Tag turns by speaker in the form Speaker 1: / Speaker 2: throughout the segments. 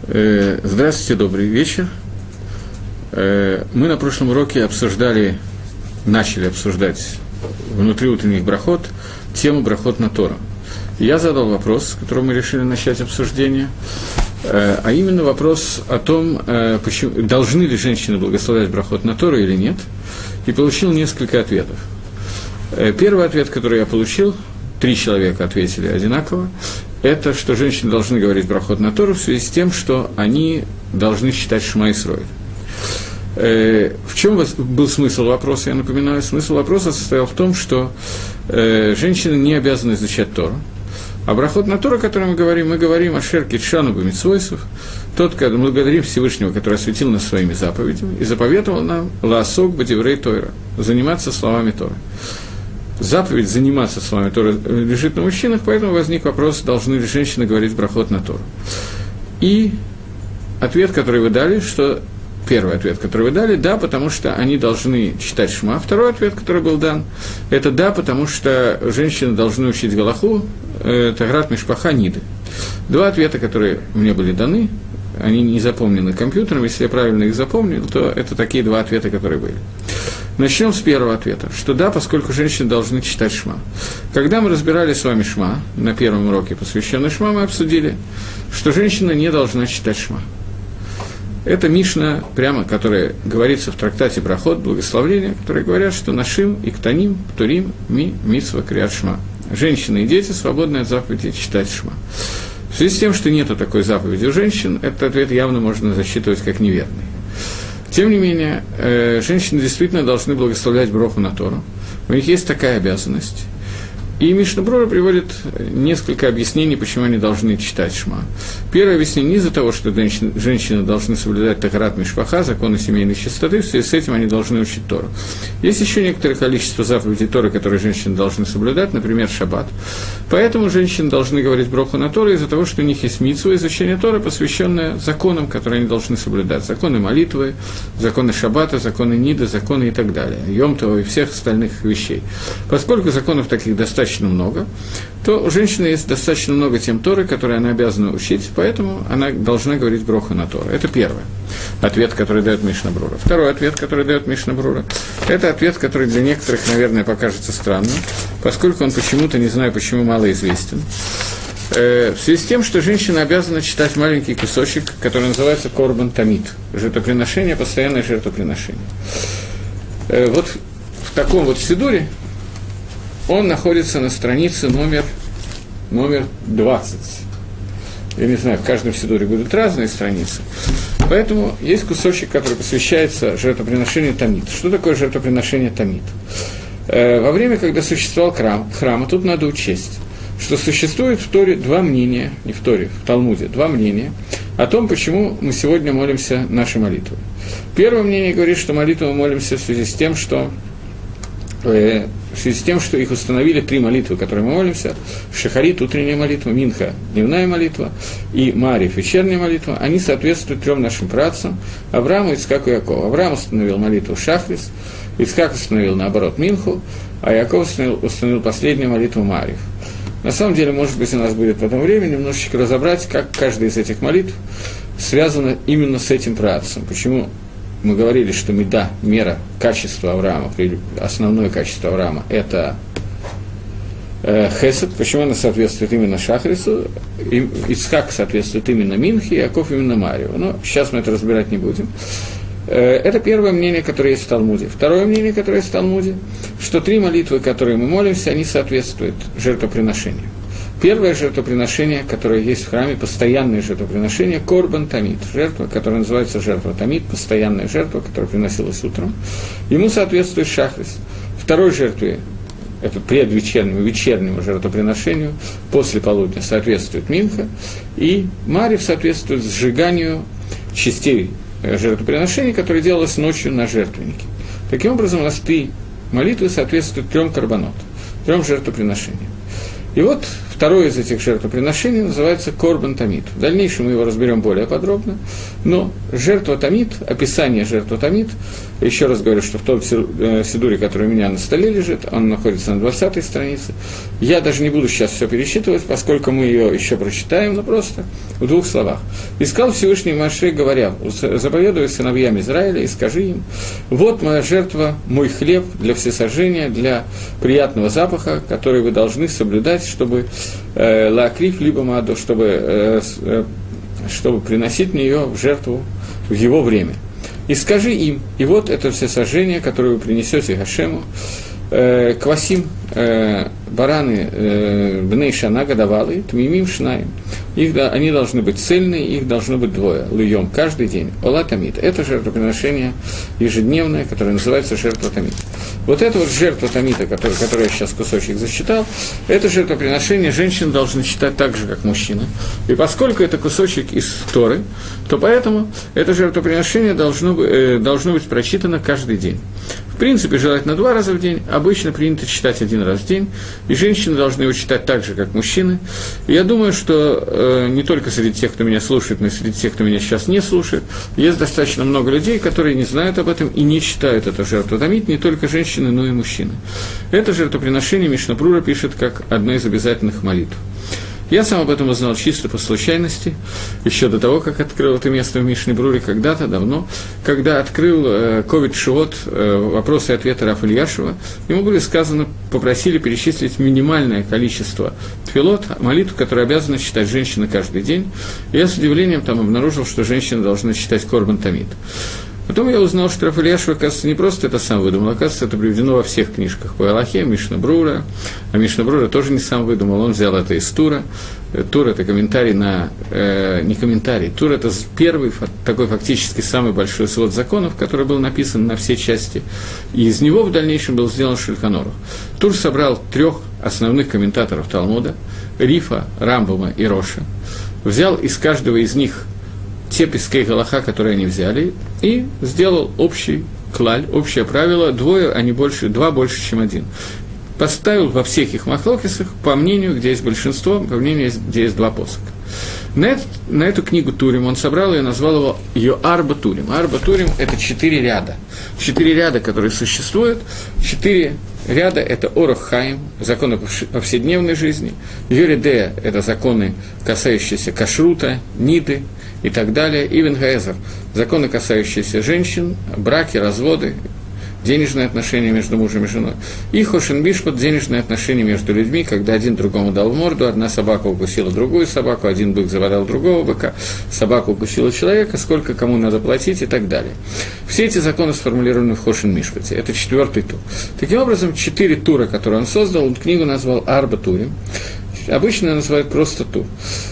Speaker 1: Здравствуйте, добрый вечер. Мы на прошлом уроке начали обсуждать внутриутренних брахот тему брахот на Тору. Я задал вопрос, с которого мы решили начать обсуждение, а именно вопрос о том, должны ли женщины благословлять брахот на Тору или нет, и получил несколько ответов. Первый ответ, который я получил, 3 человека ответили одинаково, это что женщины должны говорить брахот на Тору в связи с тем, что они должны читать Шма Исроэль. В чем был смысл вопроса, я напоминаю? Смысл вопроса состоял в том, что женщины не обязаны изучать Тору. А брахот на Тору, о котором мы говорим о Шер Кидшану Бамитсвойсов, тот, когда мы благодарим Всевышнего, который осветил нас своими заповедями, и заповедовал нам «Лаасок бадиврей Тойра» – заниматься словами Торы. Заповедь заниматься словами Торы лежит на мужчинах, поэтому возник вопрос, должны ли женщины говорить брахот на Тору. И ответ, который вы дали, первый ответ, который вы дали, да, потому что они должны читать Шма. Второй ответ, который был дан, это да, потому что женщины должны учить Галаху, Таграт Мишпаха Ниды. 2 ответа, которые мне были даны, они не запомнены компьютером, если я правильно их запомнил, то это такие 2 ответа, которые были. Начнем с первого ответа, что да, поскольку женщины должны читать Шма. Когда мы разбирали с вами Шма, на первом уроке, посвященном Шма, мы обсудили, что женщина не должна читать Шма. Это Мишна, прямо, которая говорится в трактате Брахот, благословления, которые говорят, что Нашим, Иктаним, Птурим, Ми, Мицва, Криат Шма. Женщины и дети свободны от заповеди читать Шма. В связи с тем, что нету такой заповеди у женщин, этот ответ явно можно засчитывать как неверный. Тем не менее, женщины действительно должны благословлять броху на Тору. У них есть такая обязанность. И Мишна Брура приводит несколько объяснений, почему они должны читать Шма. Первое объяснение не из-за того, что женщины должны соблюдать Тахарат Мишпаха, законы семейной чистоты, в связи с этим они должны учить Тору. Есть еще некоторое количество заповедей Торы, которые женщины должны соблюдать, например, Шаббат. Поэтому женщины должны говорить броху на Тору из-за того, что у них есть мицва, изучение Торы, посвященное законам, которые они должны соблюдать. Законы молитвы, законы Шаббата, законы Ниды, законы и так далее. Йом-Това и всех остальных вещей. Поскольку законов таких достаточно много, то у женщины есть достаточно много тем Торы, которые она обязана учить, поэтому она должна говорить броху на Тору. Это первый ответ, который дает Мишна Брура. Второй ответ, который дает Мишна Брура, это ответ, который для некоторых, наверное, покажется странным, поскольку он почему-то, не знаю почему, малоизвестен. В связи с тем, что женщина обязана читать маленький кусочек, который называется Корбан Тамид, жертвоприношение, постоянное жертвоприношение. Вот в таком вот сидуре он находится на странице номер 20. Я не знаю, в каждом сидуре будут разные страницы. Поэтому есть кусочек, который посвящается жертвоприношению Тамид. Что такое жертвоприношение Тамид? Во время, когда существовал храм, тут надо учесть, что существует в Торе 2 мнения, не в Торе, в Талмуде, 2 мнения о том, почему мы сегодня молимся нашей молитвой. Первое мнение говорит, что молитву мы молимся в связи с тем, что их установили 3 молитвы, которые мы молимся: Шахарит, утренняя молитва, Минха, дневная молитва, и Маариф, вечерняя молитва. Они соответствуют 3 нашим праотцам: Аврааму, Ицхаку и Якову. Авраам установил молитву Шахрис, Ицхак установил, наоборот, Минху, а Яков установил последнюю молитву Маариф. На самом деле, может быть, у нас будет в этом время немножечко разобрать, как каждая из этих молитв связана именно с этим праотцем. Почему мы говорили, что меда, мера качества Авраама, основное качество Авраама, это хесед, почему она соответствует именно Шахрису, Ицхак соответствует именно Минхе, Яков именно Марию. Но сейчас мы это разбирать не будем. Это первое мнение, которое есть в Талмуде. Второе мнение, которое есть в Талмуде, что 3 молитвы, которые мы молимся, они соответствуют жертвоприношению. Первое жертвоприношение, которое есть в храме, постоянное жертвоприношение, Корбан Тамид, жертва, которая называется жертва Тамид, постоянная жертва, которая приносилась утром. Ему соответствует Шахрис. Второй жертве, это предвечернему, вечернему жертвоприношению, после полудня соответствует Минха, и Марив соответствует сжиганию частей жертвоприношений, которое делалось ночью на жертвеннике. Таким образом, у нас 3 молитвы соответствуют 3 карбонот, 3 жертвоприношениям. И вот второе из этих жертвоприношений называется Корбан Тамид. В дальнейшем мы его разберем более подробно, но жертва Тамид, описание жертвы Тамид, Еще раз говорю, что в том сидуре, который у меня на столе лежит, он находится на 20-й странице. Я даже не буду сейчас все пересчитывать, поскольку мы ее еще прочитаем, но просто в 2 словах. «Искал Всевышний Моше, говоря, заповедуй сыновьям Израиля и скажи им, вот моя жертва, мой хлеб для всесожжения, для приятного запаха, который вы должны соблюдать, чтобы лаакрив либо маду, чтобы приносить мне ее в жертву в его время. И скажи им, и вот это всесожжение, которое вы принесете Гашему, квасим, бараны, бней шана годовалые, тмимим шнаим. Они должны быть цельные, их должно быть 2, льем каждый день. Ола тамид. Это жертвоприношение ежедневное, которое называется жертва тамид. Вот это вот жертва тамида, которую я сейчас кусочек зачитал, это жертвоприношение женщины должны считать так же, как мужчина. И поскольку это кусочек из Торы, то поэтому это жертвоприношение должно быть прочитано каждый день. В принципе, желательно 2 раза в день, обычно принято читать 1 раз в день, и женщины должны его читать так же, как мужчины. И я думаю, что не только среди тех, кто меня слушает, но и среди тех, кто меня сейчас не слушает, есть достаточно много людей, которые не знают об этом и не читают эту жертву тамид, не только женщины, но и мужчины. Это жертвоприношение Мишна Брура пишет как одно из обязательных молитв. Я сам об этом узнал чисто по случайности, еще до того, как открыл это место в Мишне Бруре, когда-то, давно, когда открыл Ковид Шивот, вопросы и ответы Рав Ильяшева, ему были сказано, попросили перечислить минимальное количество тфилот, молитв, которые обязаны читать женщины каждый день. И я с удивлением там обнаружил, что женщины должны читать Корбан Тамид. Потом я узнал, что Рав Ильяшев, оказывается, не просто это сам выдумал, оказывается, это приведено во всех книжках по Алахе, Мишна Брура, а Мишна Брура тоже не сам выдумал, он взял это из Тура. Тур – это комментарий на… не комментарий, Тур – это первый, такой фактически самый большой свод законов, который был написан на все части, и из него в дальнейшем был сделан Шульхан Орух. Тур собрал 3 основных комментаторов Талмуда – Рифа, Рамбама и Роша, взял из каждого из них те пескей галаха, которые они взяли, и сделал общий клаль, общее правило, 2, а не больше, 2 больше, чем 1. Поставил во всех их махлокисах, по мнению, где есть большинство, по мнению, где есть 2 посока. На эту книгу Турим он собрал и назвал ее Арба Турим. Арба Турим – это 4 ряда. 4 ряда, которые существуют. 4 ряда – это Орох Хаим, законы повседневной жизни. Йоридея – это законы, касающиеся кашрута, ниды и так далее. Ивен Гаэзер – законы, касающиеся женщин, браки, разводы, денежные отношения между мужем и женой. И Хошен Бишпот – денежные отношения между людьми, когда один другому дал в морду, одна собака укусила другую собаку, один бык заводал другого быка, собака укусила человека, сколько кому надо платить и так далее. Все эти законы сформулированы в Хошен Мишпоте. Это 4-й тур. Таким образом, 4 тура, которые он создал, он книгу назвал Арба Турим. Обычно называют просто тур.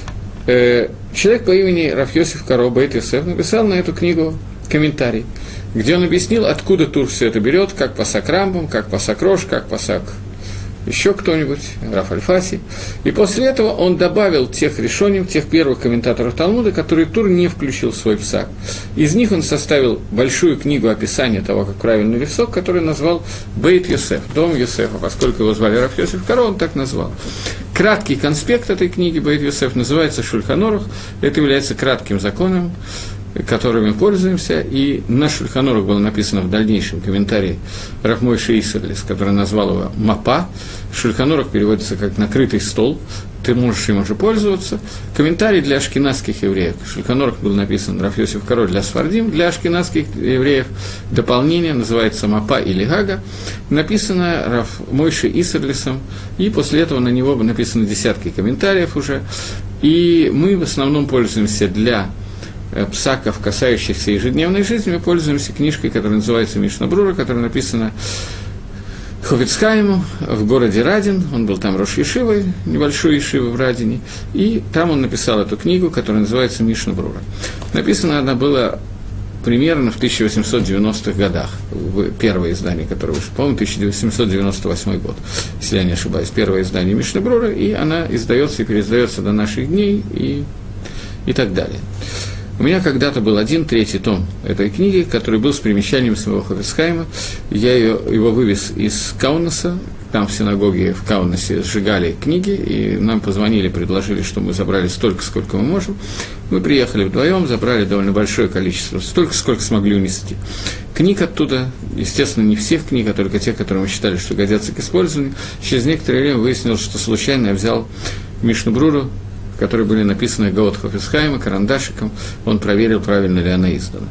Speaker 1: Человек по имени Рав Йосеф Каро Бейт Йосеф написал на эту книгу комментарий, где он объяснил, откуда Тур все это берет, как пасак Рамбам, как пасак Рош, как пасак еще кто-нибудь, Раф Аль-Фаси. И после этого он добавил тех решений, тех первых комментаторов Талмуда, которые Тур не включил в свой псак. Из них он составил большую книгу описания того, как правильный висок, который назвал Бейт Йосеф, дом Йосефа, поскольку его звали Рав Йосеф Каро, он так назвал. Краткий конспект этой книги Бейт Йосеф называется Шульхан Орух. Это является кратким законом, которыми пользуемся, и на Шульхан Орух было написано в дальнейшем комментарии Рав Мойше Исерлис, который назвал его «Мапа». Шульхан Орух переводится как «накрытый стол», ты можешь им уже пользоваться. Комментарий для ашкеназских евреев. Шульхан Орух был написан Рав Йосеф Каро для сфардим, для ашкеназских евреев дополнение называется «Мапа» или «Гага», написано Рав Мойше Исерлисом, и после этого на него написаны десятки комментариев уже, и мы в основном пользуемся для псаков, касающихся ежедневной жизни, мы пользуемся книжкой, которая называется Мишна Брура, которая написана Хофец Хаиму в городе Радин, он был там рош ешивой, небольшой ешивой в Радине, и там он написал эту книгу, которая называется Мишна Брура. Написана она была примерно в 1890-х годах, первое издание, которое вышло, по-моему, 1898 год, если я не ошибаюсь, первое издание Мишны Брура, и она издается и переиздается до наших дней и так далее. У меня когда-то был 1/3 том этой книги, который был с примечанием самого Хофец Хаима. Я его вывез из Каунаса, там в синагоге в Каунасе сжигали книги, и нам позвонили, предложили, что мы забрали столько, сколько мы можем. Мы приехали вдвоем, забрали довольно большое количество, столько, сколько смогли унести книг оттуда, естественно, не всех книг, а только тех, которые мы считали, что годятся к использованию. Через некоторое время выяснилось, что случайно я взял Мишну Бруру, которые были написаны Гаот Хафец Хаима, карандашиком, он проверил, правильно ли она издана.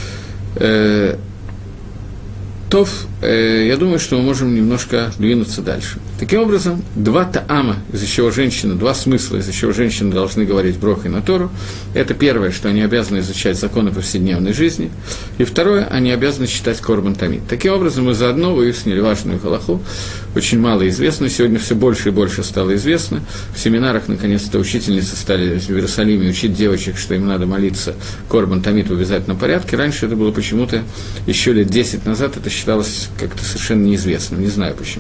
Speaker 1: Я думаю, что мы можем немножко двинуться дальше. Таким образом, два таама, из-за чего женщины, два смысла, из-за чего женщины должны говорить брохой на Тору. Это первое, что они обязаны изучать законы повседневной жизни. И второе, они обязаны читать Корбан Тамид. Таким образом, мы заодно выяснили важную галаху, очень мало известно, сегодня все больше и больше стало известно. В семинарах, наконец-то, учительницы стали в Иерусалиме учить девочек, что им надо молиться Корбан Тамид в обязательном порядке. Раньше это было почему-то, еще лет 10 назад, это считалось как-то совершенно неизвестным, не знаю почему.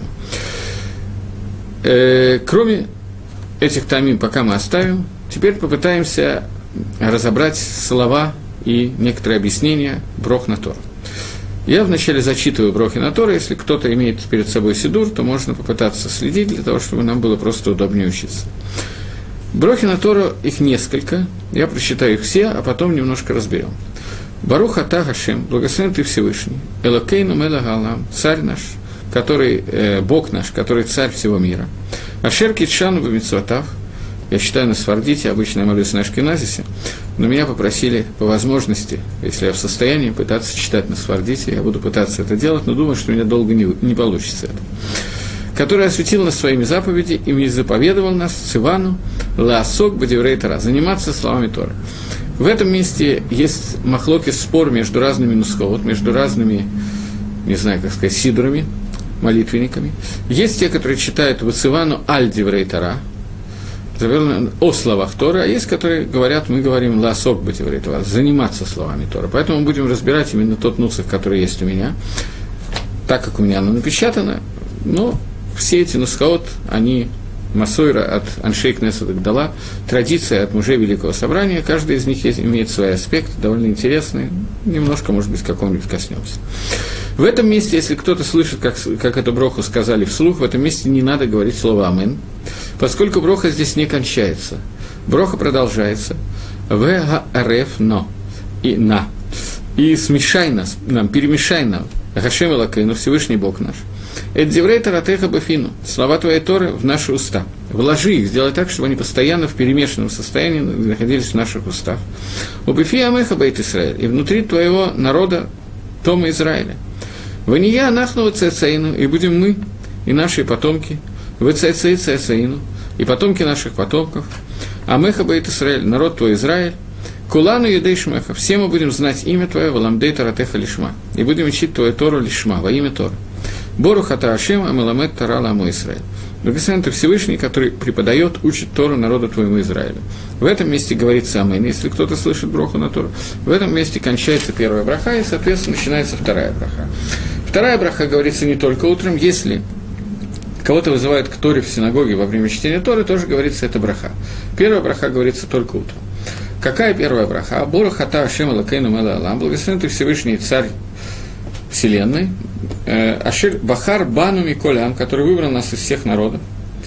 Speaker 1: Кроме этих тамим, пока мы оставим, теперь попытаемся разобрать слова и некоторые объяснения брох на Тору. Я вначале зачитываю брохи на Тору, если кто-то имеет перед собой сидур, то можно попытаться следить для того, чтобы нам было просто удобнее учиться. Брохи на Тору, их несколько, я прочитаю их все, а потом немножко разберем. Барух ата Хашем, благословен ты Всевышний, Элокейну мелех аолам, царь наш, который, Бог наш, который царь всего мира. Ашер китшану бамицватав, я читаю на сфардите, обычно я молюсь на ашкеназисе, но меня попросили по возможности, если я в состоянии, пытаться читать на сфардите, я буду пытаться это делать, но думаю, что у меня долго не получится это. Который осветил нас своими заповеди и заповедовал нас Цивану лаасок бадеврей Тора, заниматься словами Торы. В этом месте есть махлокис, спор между разными нусхот, между разными, не знаю, как сказать, сидурами, молитвенниками. Есть те, которые читают «Вацивану аль диврей Тора», о словах Торы, а есть, которые говорят, мы говорим «лаасок бадеврей Тора», заниматься словами Торы. Поэтому мы будем разбирать именно тот нусах, который есть у меня, так как у меня оно напечатано, но все эти нусхот, они масойра от Аншей Кнессет Гдала, традиция от мужей Великого Собрания, каждый из них имеет свой аспект, довольно интересный, немножко, может быть, какому-нибудь коснемся. В этом месте, если кто-то слышит, как эту броху сказали вслух, в этом месте не надо говорить слово «Амен», поскольку броха здесь не кончается. Броха продолжается. «Ве-га-ареф но» и «на». И смешай нас, перемешай нам, Хашем Элокейну, Всевышний Бог наш. «Эт диврей Торатеха бафину», слова твоей Торы в наши уста. Вложи их, сделай так, чтобы они постоянно в перемешанном состоянии находились в наших устах. «Убефи амеха бейт Исраэль», и внутри твоего народа, Тома Израиля. «Вания анахну цецаину», и будем мы, и наши потомки, вецецей цецаину, и потомки наших потомков, амеха бейт Исраэль, народ твой Израиль, Кулану едей шмеха, все мы будем знать имя твое, валамдей таратеха лишма, и будем учить твою Тору лишма, во имя Торы. Борух ата Ашем амеламет Тора ламу Исраэль. Благословен ты Всевышний, который преподает, учит Тору народу твоему Израилю. В этом месте говорится Амен, если кто-то слышит броху на Тору. В этом месте кончается первая браха, и, соответственно, начинается вторая браха. Вторая браха говорится не только утром, если кого-то вызывают к Торе в синагоге во время чтения Торы, тоже говорится это браха. Первая браха говорится только утром. Какая первая браха? Борух ата Ашем элокейну мелех аолам. Благословен ты Всевышний, царь вселенной, Ашер Бахар Бану Миколь, который выбрал нас из всех народов,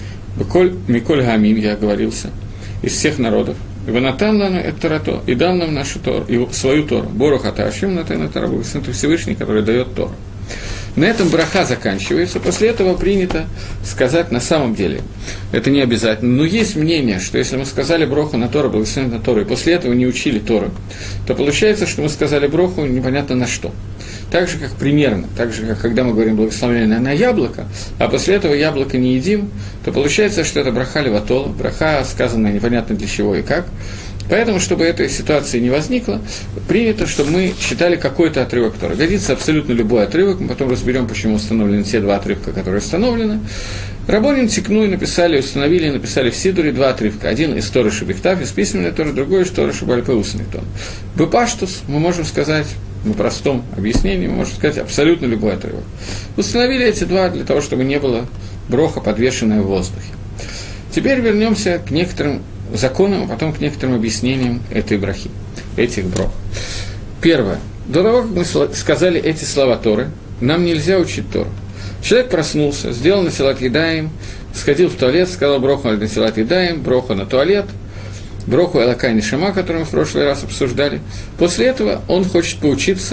Speaker 1: Миколь Гамим, я оговорился, из всех народов, Ванатан лану эт Торато, и дал нам нашу Тору, свою Тору, Борух ата Ашем натэн эт Тора, благословен ты Всевышний, который дает Тору. На этом браха заканчивается, после этого принято сказать на самом деле, это не обязательно, но есть мнение, что если мы сказали броху на Тору, благословен на Тору, и после этого не учили Тору, то получается, что мы сказали броху непонятно на что. Так же, как примерно, так же, как когда мы говорим благословение на яблоко, а после этого яблоко не едим, то получается, что это браха леватола, браха, сказанная непонятно для чего и как. Поэтому, чтобы этой ситуации не возникло, принято, чтобы мы читали какой-то отрывок Торы. Годится абсолютно любой отрывок, мы потом разберем, почему установлены те два отрывка, которые установлены. Рабоним Тикну установили и написали в Сидуре два отрывка. Один из Торы Шебехтав, из письменной Торы, другой из Торы Шебальпе устный Тор. Бепаштус мы можем сказать, на простом объяснении, мы можем сказать абсолютно любой отрывок. Установили эти два для того, чтобы не было броха, подвешенная в воздухе. Теперь вернемся к некоторым законам, а потом к некоторым объяснениям этой брахи, этих брох. Первое. До того, как мы сказали эти слова Торы, нам нельзя учить Тору. Человек проснулся, сделал насилат едаем, сходил в туалет, сказал броху на насилат едаем, броху на туалет, броху Элокай Нишама, которую мы в прошлый раз обсуждали. После этого он хочет поучиться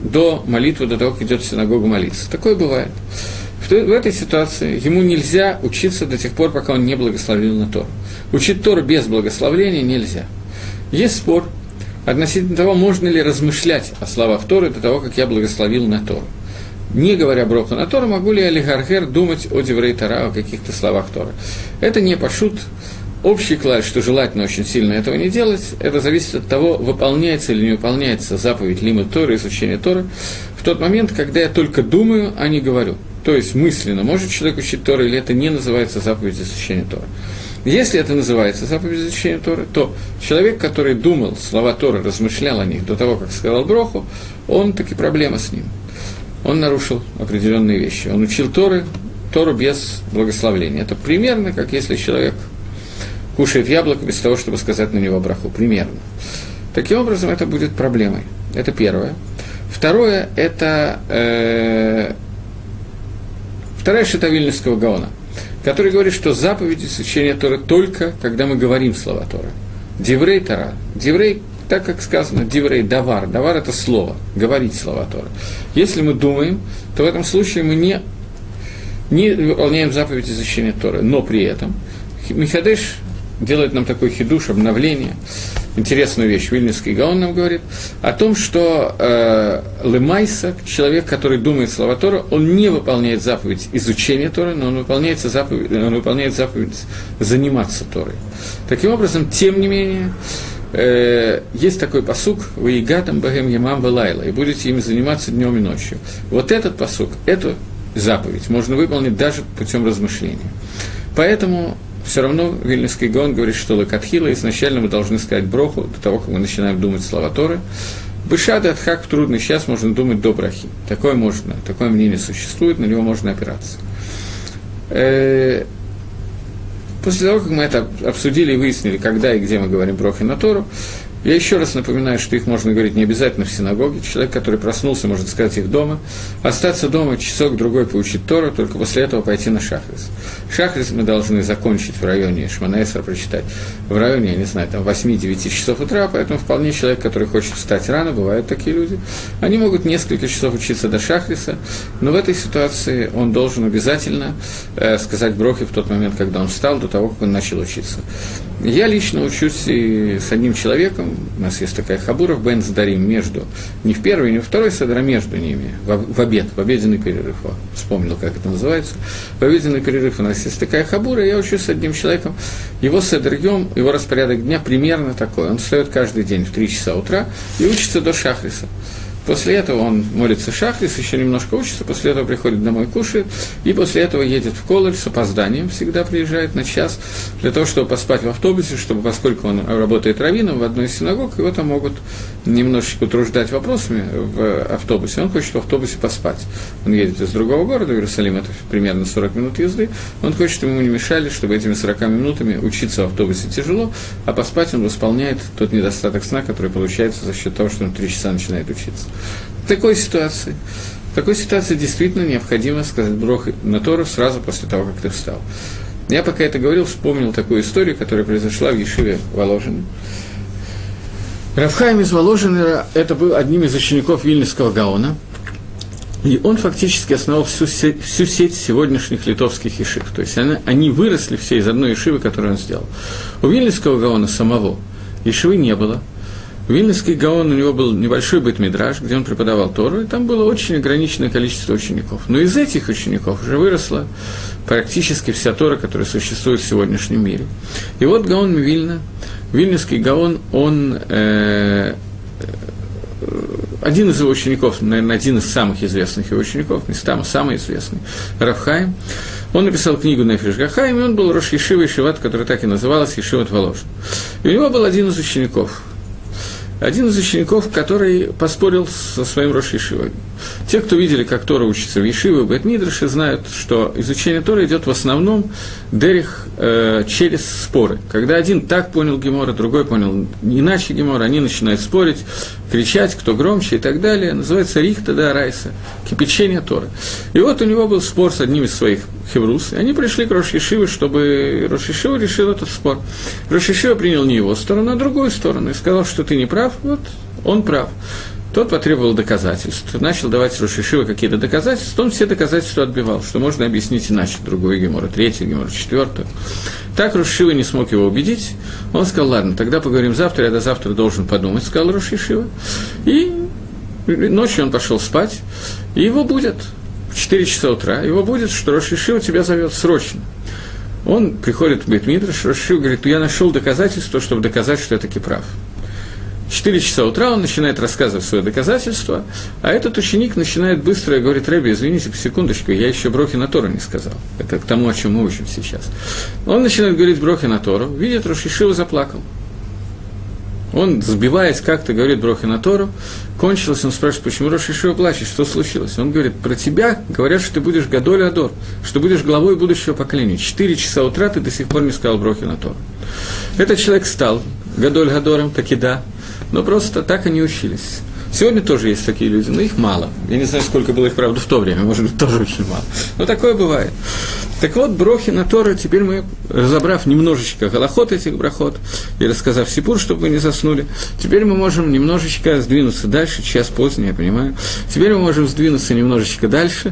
Speaker 1: до молитвы, до того, как идет в синагогу молиться. Такое бывает. В этой ситуации ему нельзя учиться до тех пор, пока он не благословил на Тору. Учить Тору без благословления нельзя. Есть спор относительно того, можно ли размышлять о словах Торы до того, как я благословил на Тору. Не говоря броху на Тору, могу ли я лигаргер думать о Деврей Тора, о каких-то словах Торы. Это не пашут. Общий клад, что желательно очень сильно этого не делать, это зависит от того, выполняется или не выполняется заповедь лимуд Торы, изучение Торы, в тот момент, когда я только думаю, а не говорю. То есть мысленно может человек учить Тору, или это не называется заповедь изучения Торы. Если это называется заповедь изучения Торы, то человек, который думал слова Торы, размышлял о них до того, как сказал броху, он таки проблема с ним. Он нарушил определенные вещи. Он учил Тору без благословления. Это примерно, как если человек кушает яблоко без того, чтобы сказать на него браху. Примерно. Таким образом, это будет проблемой. Это первое. Второе, это вторая шита Вильнюсского Гаона, который говорит, что заповедь изучения Торы только, когда мы говорим слова Торы. Диврей Тора. Диврей, так как сказано, диврей давар. Давар – это слово, говорить слова Торы. Если мы думаем, то в этом случае мы не выполняем заповедь изучения Торы. Но при этом Михадеш делает нам такой хидуш, обновление, интересную вещь. Вильнюсский Гаон нам говорит о том, что лемайса, человек, который думает слова Тора, он не выполняет заповедь изучения Торы, но он выполняет заповедь заниматься Торой. Таким образом, тем не менее, есть такой пасук «Ваигатам бахем ямам валайла» и будете ими заниматься днем и ночью. Вот этот пасук, эту заповедь можно выполнить даже путем размышления. Поэтому все равно Вильнюсский Гаон говорит, что лакатхила изначально мы должны сказать броху до того, как мы начинаем думать слова Торы. Бешад и Адхак в трудный час можно думать до брахи. Такое можно, такое мнение существует, на него можно опираться. После того, как мы это обсудили и выяснили, когда и где мы говорим брохи на Тору, я еще раз напоминаю, что их можно говорить не обязательно в синагоге. Человек, который проснулся, может сказать их дома. Остаться дома часок-другой поучить Тору, только после этого пойти на шахрис. Шахрис мы должны закончить в районе Шмона-Эсра, прочитать в районе, я не знаю, там 8-9 часов утра, поэтому вполне человек, который хочет встать рано, бывают такие люди, они могут несколько часов учиться до шахриса, но в этой ситуации он должен обязательно сказать брохи в тот момент, когда он встал, до того, как он начал учиться. Я лично учусь и с одним человеком, у нас есть такая хабура в Бен Сдарим, между, не в первый, не в второй седр, а между ними, в обед, в обеденный перерыв, вспомнил, как это называется, в обеденный перерыв у нас есть такая хабура, я учусь с одним человеком, его седр-йом, его распорядок дня примерно такой, он встает каждый день в 3 часа утра и учится до шахриса. После этого он молится шахрис, еще немножко учится, после этого приходит домой, кушает, и после этого едет в колледж с опозданием, всегда приезжает на час, для того, чтобы поспать в автобусе, чтобы, поскольку он работает раввином в одной из синагог, его там могут немножечко утруждать вопросами в автобусе, он хочет в автобусе поспать. Он едет из другого города, в Иерусалим, это примерно 40 минут езды, он хочет, чтобы ему не мешали, чтобы этими 40 минутами учиться в автобусе тяжело, а поспать он восполняет тот недостаток сна, который получается за счет того, что он 3 часа начинает учиться. В такой ситуации действительно необходимо сказать броху на Тору сразу после того, как ты встал. Я пока это говорил, вспомнил такую историю, которая произошла в Ешиве Воложине. Рав Хаим из Воложина, это был одним из учеников Вильнюсского Гаона, и он фактически основал всю сеть сегодняшних литовских ешив. То есть они выросли все из одной ешивы, которую он сделал. У Вильнюсского Гаона самого ешивы не было. Вильнюсский Гаон, у него был небольшой бейт-мидраш, где он преподавал Тору, и там было очень ограниченное количество учеников. Но из этих учеников уже выросла практически вся Тора, которая существует в сегодняшнем мире. И вот Гаон Мивильна, Вильнюсский Гаон, он один из его учеников, наверное, один из самых известных его учеников, не самый известный, Рав Хаим, он написал книгу «Нефеш га-Хаим», и он был рош ешива Ешиват, которая так и называлась, Ешиват Воложин. И у него был один из учеников, который поспорил со своим рош ешивой. Те, кто видели, как Тора учится в ешиве, в бейт-мидраше, знают, что изучение Торы идет в основном дерех через споры. Когда один так понял Гемора, другой понял иначе Гемора, они начинают спорить, кричать, кто громче и так далее. Называется рихта да райса, кипячение Торы. И вот у него был спор с одним из своих хеврус, и они пришли к рош ешиве, чтобы рош ешива решил этот спор. Рош ешива принял не его сторону, а другую сторону, и сказал, что ты не прав, вот он прав. Тот потребовал доказательств, начал давать рош ешива какие-то доказательства, он все доказательства отбивал, что можно объяснить иначе, другую гемору, третью гемору, четвертую. Так рош ешива не смог его убедить, он сказал, ладно, тогда поговорим завтра, я до завтра должен подумать, сказал рош ешива, и ночью он пошел спать, и его будет в 4 часа утра, его будет, что рош ешива тебя зовет срочно. Он приходит в бейт-мидраш, рош ешива говорит, я нашел доказательство, чтобы доказать, что я таки прав. 4 часа утра он начинает рассказывать свое доказательство, а этот ученик начинает быстро и говорит, Рэби, извините, по секундочку, я еще брохи на Тору не сказал. Это к тому, о чем мы учим сейчас. Он начинает говорить брохи на Тору, видит, рош ешива заплакал. Он, сбиваясь как-то, говорит брохи на Тору, кончилось, он спрашивает, почему рош ешива плачет, что случилось? Он говорит, про тебя говорят, что ты будешь гадоль адор, что будешь главой будущего поколения. 4 часа утра ты до сих пор не сказал брохи на Тору. Этот человек стал гадоль гадором, таки да, но просто так они учились. Сегодня тоже есть такие люди, но их мало. Я не знаю, сколько было их, правда, в то время, может быть, тоже очень мало. Но такое бывает. Так вот, брохи на Тору, теперь мы, разобрав немножечко галахот этих брахот, и рассказав сипур, чтобы вы не заснули, теперь мы можем немножечко сдвинуться дальше, час поздний, я понимаю, теперь мы можем сдвинуться немножечко дальше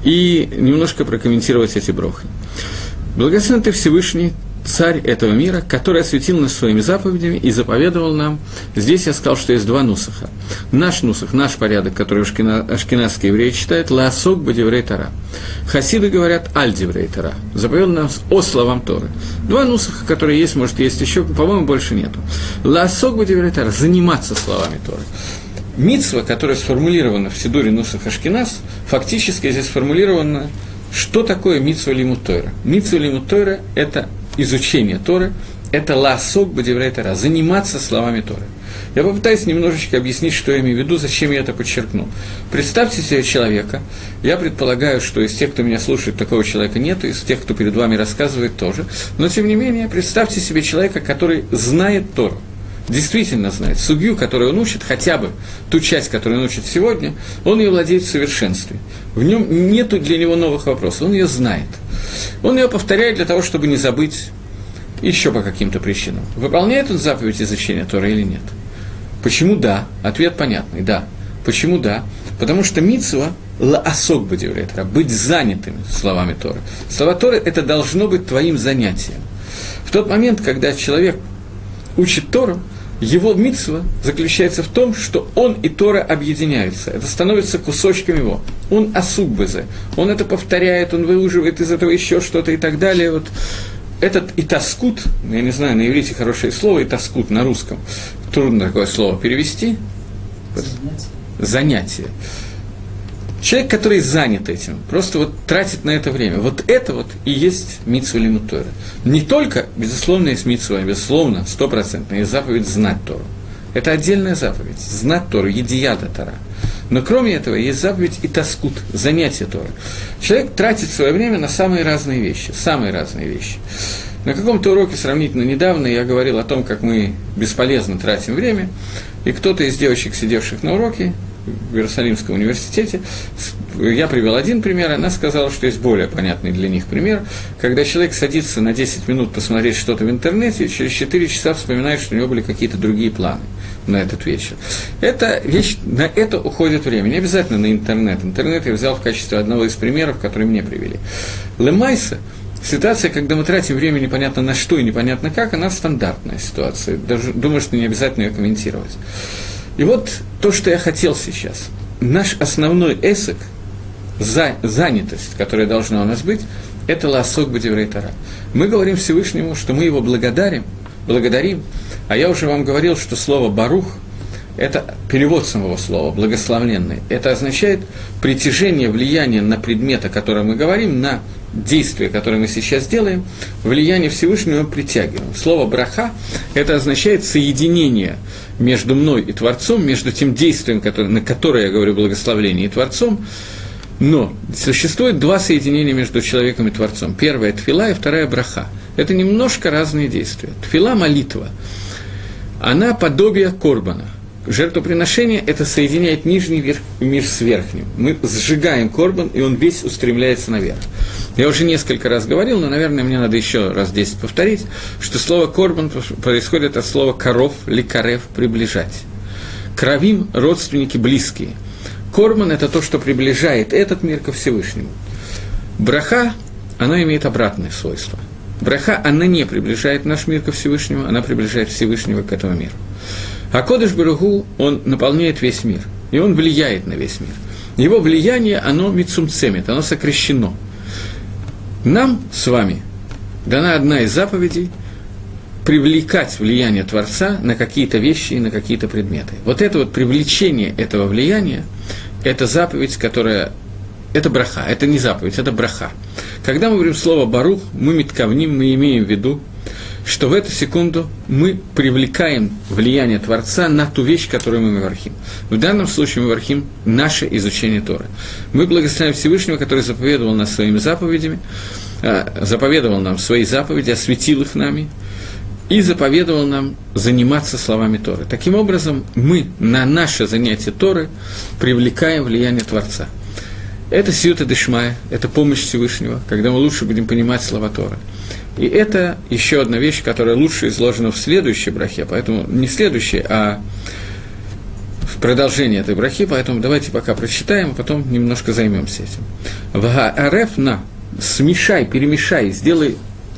Speaker 1: и немножко прокомментировать эти брохи. Благословен ты Всевышний, царь этого мира, который осветил нас своими заповедями и заповедовал нам. Здесь я сказал, что есть 2 нусаха. Наш нусах, наш порядок, который ашкеназские евреи читают, лаасок бадеврей Тора. Хасиды говорят аль деврей Тора. Заповедал нам о словам Торы. 2 нусаха, которые есть, может, есть еще, по-моему, больше нету. Лаасок бадеврей Тора, заниматься словами Торы. Мицва, которая сформулирована в Сидуре Нусах Ашкеназ, фактически здесь сформулирована, что такое мицва лимут Тора. Мицва лимут Тора – это изучение Торы, это лаасок бадеврей Тора, заниматься словами Торы. Я попытаюсь немножечко объяснить, что я имею в виду, зачем я это подчеркну. Представьте себе человека, я предполагаю, что из тех, кто меня слушает, такого человека нет, из тех, кто перед вами рассказывает, тоже, но тем не менее, представьте себе человека, который знает Тору, действительно знает, сугью, которую он учит, хотя бы ту часть, которую он учит сегодня, он ее владеет в совершенстве. В нем нет для него новых вопросов, он ее знает. Он ее повторяет для того, чтобы не забыть еще по каким-то причинам. Выполняет он заповедь изучения Торы или нет? Почему да? Ответ понятный, да. Почему да? Потому что мицва лаасок бадеврей Тора, быть занятыми словами Торы. Слова Торы – это должно быть твоим занятием. В тот момент, когда человек учит Тору, его мицва заключается в том, что он и Тора объединяются. Это становится кусочком его. Он асук безе. Он это повторяет, он выуживает из этого еще что-то и так далее. Вот этот итаскут, я не знаю, на иврите хорошее слово, итаскут на русском, трудно такое слово перевести. Занятие. Человек, который занят этим, просто вот тратит на это время. Вот это вот и есть мицва лимут Тора. Не только, безусловно, есть мицва, безусловно, 100%, есть заповедь знать Тору. Это отдельная заповедь, знать Тору, едияда Тора. Но кроме этого есть заповедь и таскут, занятие Торы. Человек тратит свое время на самые разные вещи, На каком-то уроке сравнительно недавно я говорил о том, как мы бесполезно тратим время, и кто-то из девочек, сидевших на уроке, в Иерусалимском университете, я привел один пример, она сказала, что есть более понятный для них пример, когда человек садится на 10 минут посмотреть что-то в интернете, и через 4 часа вспоминает, что у него были какие-то другие планы на этот вечер. Это вещь, на это уходит время, не обязательно на интернет. Интернет я взял в качестве одного из примеров, которые мне привели. Лемайса, ситуация, когда мы тратим время непонятно на что и непонятно как, она стандартная ситуация, даже думаю, что не обязательно ее комментировать. И вот то, что я хотел сейчас. Наш основной эсек, занятость, которая должна у нас быть, это лаасок бадеврей Тора. Мы говорим Всевышнему, что мы его благодарим, а я уже вам говорил, что слово «барух» – это перевод самого слова, благословленный. Это означает притяжение, влияние на предмет, о котором мы говорим, на действие, которое мы сейчас делаем, влияние Всевышнего мы притягиваем. Слово «браха» – это означает соединение между мной и Творцом, между тем действием, на которое я говорю благословление, и Творцом. Но существует 2 соединения между человеком и Творцом. Первое – тфила, и второе – браха. Это немножко разные действия. Тфила – молитва. Она подобие корбана. Жертвоприношение – это соединяет нижний мир с верхним. Мы сжигаем корбан, и он весь устремляется наверх. Я уже несколько раз говорил, но, наверное, мне надо еще раз 10 повторить, что слово «корбан» происходит от слова «коров» или «карев» – «приближать». кровим родственники близкие. Корбан – это то, что приближает этот мир ко Всевышнему. Браха, она имеет обратное свойство. Браха, она не приближает наш мир ко Всевышнему, она приближает Всевышнего к этому миру. А Кодеш Барух Ху, он наполняет весь мир, и он влияет на весь мир. Его влияние, оно мицумцемит, оно сокращено. Нам с вами дана одна из заповедей – привлекать влияние Творца на какие-то вещи и на какие-то предметы. Вот это вот привлечение этого влияния – это заповедь, которая… Это браха, это не заповедь, это браха. Когда мы говорим слово «барух», мы миткавним, мы имеем в виду, что в эту секунду мы привлекаем влияние Творца на ту вещь, которую мы мевархим. В данном случае мы мевархим наше изучение Торы. Мы благословляем Всевышнего, который заповедовал нас своими заповедями, заповедовал нам свои заповеди, осветил их нами и заповедовал нам заниматься словами Торы. Таким образом, мы на наше занятие Торы привлекаем влияние Творца. Это сиюта дешмая, это помощь Всевышнего, когда мы лучше будем понимать слова Торы. И это еще одна вещь, которая лучше изложена в следующей брахе, поэтому не в следующей, а в продолжении этой брахи, поэтому давайте пока прочитаем, а потом немножко займемся этим. Вага-ареф на, смешай, перемешай, сделай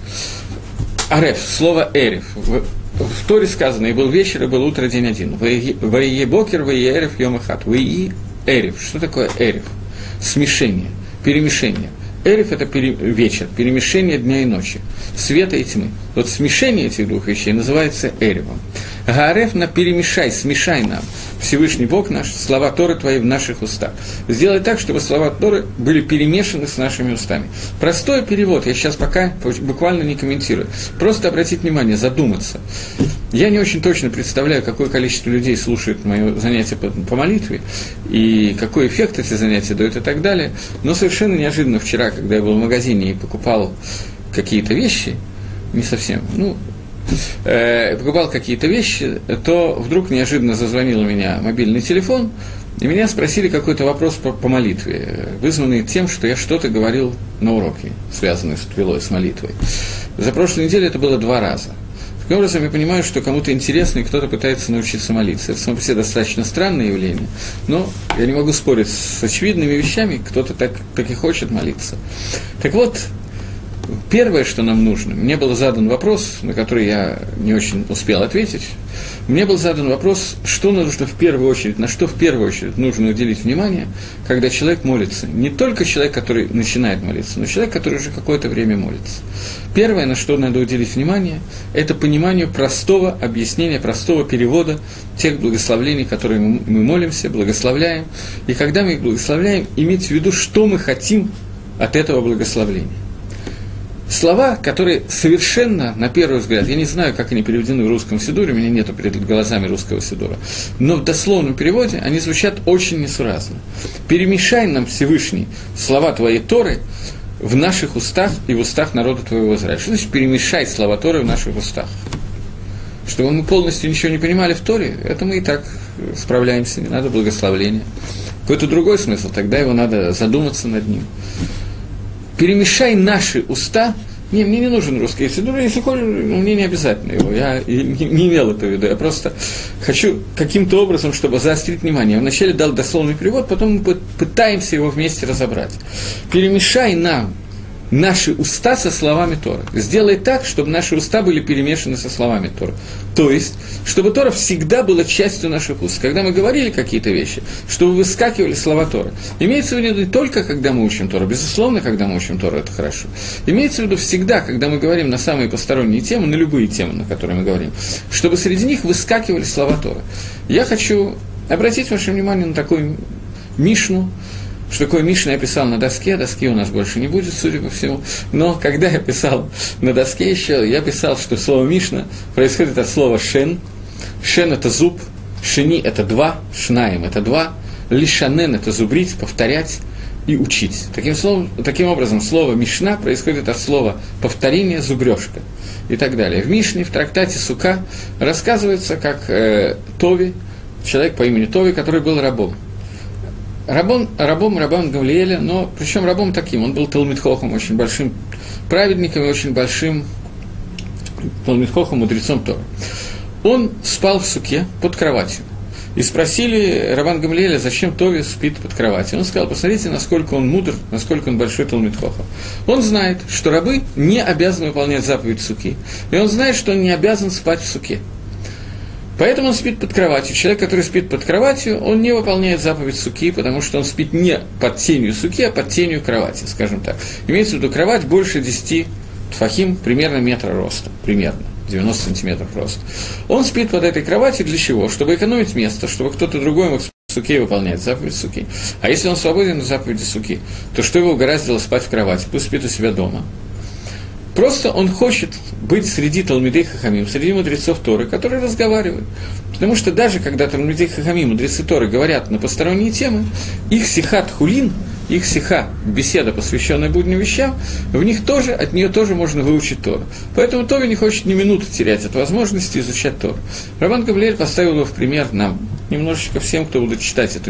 Speaker 1: ареф, слово эреф. В Торе сказано, и был вечер, и был утро, день один. Ваие бокер, ваие эреф, йом эхад. Ваие эреф. Что такое эреф? Смешение, перемешение. Эреф – это вечер, перемешение дня и ночи, света и тьмы. Вот смешение этих двух вещей называется эревом. Гаареф на перемешай, смешай нам, Всевышний Бог наш, слова Торы твои в наших устах. Сделай так, чтобы слова Торы были перемешаны с нашими устами. Простой перевод, я сейчас пока буквально не комментирую. Просто обратить внимание, задуматься. Я не очень точно представляю, какое количество людей слушает мое занятие по молитве, и какой эффект эти занятия дают и так далее. Но совершенно неожиданно вчера, когда я был в магазине и покупал какие-то вещи, не совсем, покупал какие-то вещи, то вдруг неожиданно зазвонил у меня мобильный телефон, и меня спросили какой-то вопрос по молитве, вызванный тем, что я что-то говорил на уроке, связанный с твилой, с молитвой. За прошлую неделю это было 2 раза. Таким образом, я понимаю, что кому-то интересно, и кто-то пытается научиться молиться. Это само по себе достаточно странное явление, но я не могу спорить с очевидными вещами, кто-то так и хочет молиться. Так вот, первое, что нам нужно, мне был задан вопрос, на который я не очень успел ответить. Мне был задан вопрос, что нужно в первую очередь, на что в первую очередь нужно уделить внимание, когда человек молится. Не только человек, который начинает молиться, но человек, который уже какое-то время молится. Первое, на что надо уделить внимание, это понимание простого объяснения, простого перевода тех благословений, которые мы молимся, благословляем. И когда мы их благословляем, иметь в виду, что мы хотим от этого благословления. Слова, которые совершенно, на первый взгляд, я не знаю, как они переведены в русском сидуре, у меня нету перед глазами русского сидура, но в дословном переводе они звучат очень несуразно. «Перемешай нам, Всевышний, слова Твоей Торы в наших устах и в устах народа Твоего Израиля». Что значит «перемешай слова Торы в наших устах»? Чтобы мы полностью ничего не понимали в Торе, это мы и так справляемся, не надо благословления. Какой-то другой смысл, тогда его надо задуматься над ним. Перемешай наши уста. Не, мне не нужен русский сидур, если хочешь, мне не обязательно его. Я не имел это в виду. Я просто хочу каким-то образом, чтобы заострить внимание. Я вначале дал дословный перевод, потом мы пытаемся его вместе разобрать. Перемешай нам наши уста со словами Торы. Сделай так, чтобы наши уста были перемешаны со словами Торы. То есть, чтобы Тора всегда была частью наших уст. Когда мы говорили какие-то вещи, чтобы выскакивали слова Торы. Имеется в виду не только, когда мы учим Тору. Безусловно, когда мы учим Тору, это хорошо. Имеется в виду всегда, когда мы говорим на самые посторонние темы, на любые темы, на которые мы говорим, чтобы среди них выскакивали слова Торы. Я хочу обратить ваше внимание на такую Мишну. Что такое Мишна я писал на доске, доски у нас больше не будет, судя по всему. Но когда я писал на доске еще, я писал, что слово Мишна происходит от слова шен. Шен – это зуб, шени – это 2, шнаем – это 2, лишанен – это зубрить, повторять и учить. Таким образом, слово Мишна происходит от слова повторение, зубрежка и так далее. В Мишне, в трактате Сука рассказывается, как Тови, человек по имени Тови, который был рабом. Рабом Гамлиэля, но причем рабом таким, он был Талмид Хохом, очень большим праведником и очень большим Талмид Хохом, мудрецом Торы. Он спал в суке под кроватью. И спросили Рабан Гамлиэля, зачем Тови спит под кроватью. Он сказал, посмотрите, насколько он мудр, насколько он большой Талмид Хохам. Он знает, что рабы не обязаны выполнять заповедь суки. И он знает, что он не обязан спать в суке. Поэтому он спит под кроватью. Человек, который спит под кроватью, он не выполняет заповедь суки, потому что он спит не под тенью суки, а под тенью кровати, скажем так. Имеется в виду кровать больше 10 тфахим, примерно метра роста, примерно. 90 сантиметров роста. Он спит под этой кроватью для чего? Чтобы экономить место, чтобы кто-то другой мог в суке выполнять заповедь суки. А если он свободен от заповеди суки, то что его угораздило спать в кровати? Пусть спит у себя дома. Просто он хочет быть среди Талмидей Хахамим, среди мудрецов Торы, которые разговаривают. Потому что даже когда Талмидей Хахамим, мудрецы Торы, говорят на посторонние темы, их сихат хулин, их сиха, беседа, посвященная будним вещам, в них тоже, от нее тоже можно выучить Тору. Поэтому Тора не хочет ни минуты терять от возможности изучать Тору. Рабан Гамлиэль поставил его в пример нам, немножечко всем, кто будет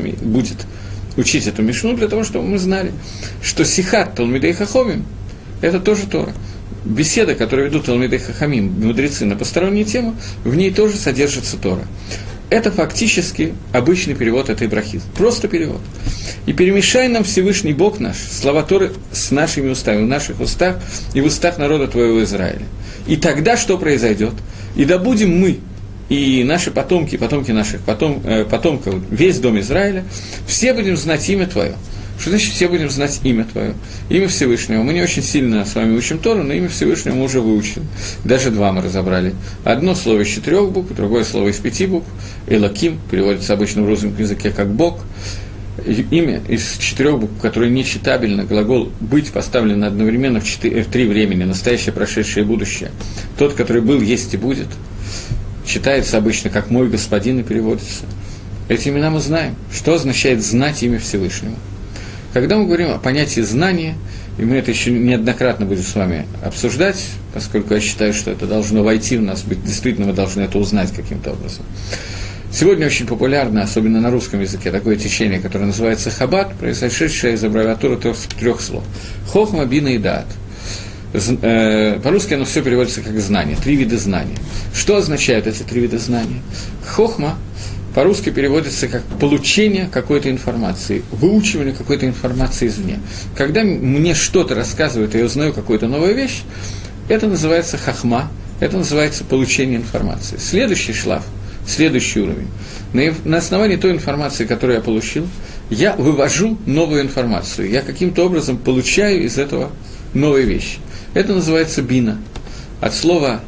Speaker 1: учить эту мишну, для того, чтобы мы знали, что сихат Талмидей Хахамим – это тоже Тора. Беседа, которую ведут Талмидей Хахамим, мудрецы на посторонние темы, в ней тоже содержится Тора. Это фактически обычный перевод этой брахи. Просто перевод. И перемешай нам Всевышний Бог наш, слова Торы с нашими устами, в наших устах и в устах народа твоего Израиля. И тогда что произойдет? И да будем мы, и наши потомки, потомки наших потомков, весь дом Израиля, все будем знать имя Твое. Что значит, все будем знать имя Твое? Имя Всевышнего. Мы не очень сильно с вами учим Тору, но имя Всевышнего мы уже выучили. Даже два мы разобрали. Одно слово из 4 букв, другое слово из 5 букв. Элоким переводится обычно в русском языке как Бог. Имя из 4 букв, которое нечитабельно, глагол «быть» поставлен одновременно в 3 времени, настоящее, прошедшее и будущее. Тот, который был, есть и будет. Читается обычно как «мой господин» и переводится. Эти имена мы знаем. Что означает знать имя Всевышнего? Когда мы говорим о понятии знания, и мы это еще неоднократно будем с вами обсуждать, поскольку я считаю, что это должно войти в нас, действительно мы должны это узнать каким-то образом. Сегодня очень популярно, особенно на русском языке, такое течение, которое называется хаббат, произошедшее из аббревиатуры 3 слов. Хохма, бина и даат. По-русски оно все переводится как знание, 3 вида знания. Что означают эти 3 вида знания? Хохма по-русски переводится как получение какой-то информации, выучивание какой-то информации извне. Когда мне что-то рассказывают, и я узнаю какую-то новую вещь, это называется хахма, это называется получение информации. Следующий шлаф, следующий уровень. На основании той информации, которую я получил, я вывожу новую информацию. Я каким-то образом получаю из этого новые вещи. Это называется бина. От слова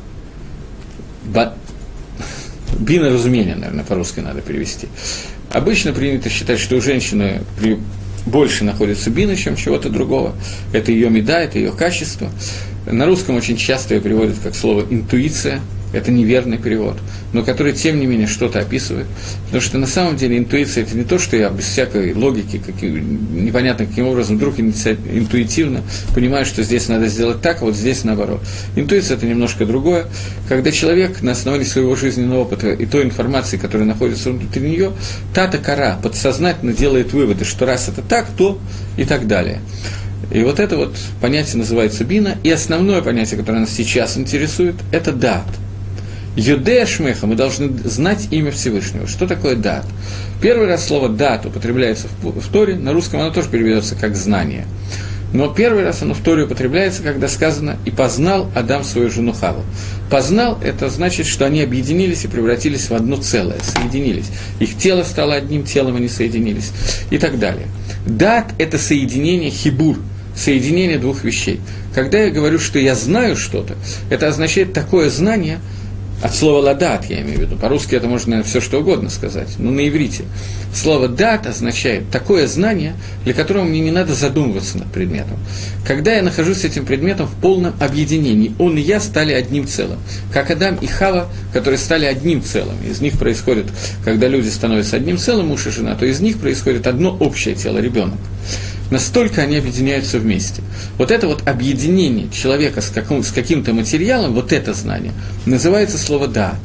Speaker 1: бина разумение, наверное, по-русски надо перевести. Обычно принято считать, что у женщины больше находится бина, чем чего-то другого. Это ее меда, это ее качество. На русском очень часто ее переводят как слово «интуиция». Это неверный перевод, но который, тем не менее, что-то описывает. Потому что, на самом деле, интуиция – это не то, что я без всякой логики, непонятно каким образом, вдруг интуитивно понимаю, что здесь надо сделать так, а вот здесь наоборот. Интуиция – это немножко другое. Когда человек на основании своего жизненного опыта и той информации, которая находится внутри нее, та-то-кора подсознательно делает выводы, что раз это так, то и так далее. И вот это вот понятие называется бина, и основное понятие, которое нас сейчас интересует, это даат. Юдея Шмеха, мы должны знать имя Всевышнего. Что такое даат? Первый раз слово даат употребляется в Торе, на русском оно тоже переведется как знание. Но первый раз оно в Торе употребляется, когда сказано «И познал Адам свою жену Хаву». Познал – это значит, что они объединились и превратились в одно целое, соединились. Их тело стало одним телом, они соединились и так далее. Даат – это соединение хибур, соединение двух вещей. Когда я говорю, что я знаю что-то, это означает такое знание, от слова «ладат» я имею в виду. По-русски это можно, наверное, все что угодно сказать, но на иврите. Слово «дат» означает такое знание, для которого мне не надо задумываться над предметом. Когда я нахожусь с этим предметом в полном объединении, он и я стали одним целым. Как Адам и Хава, которые стали одним целым. Из них происходит, когда люди становятся одним целым, муж и жена, то из них происходит одно общее тело, ребенок. Настолько они объединяются вместе. Вот это вот объединение человека с каким-то материалом, вот это знание, называется слово «даат».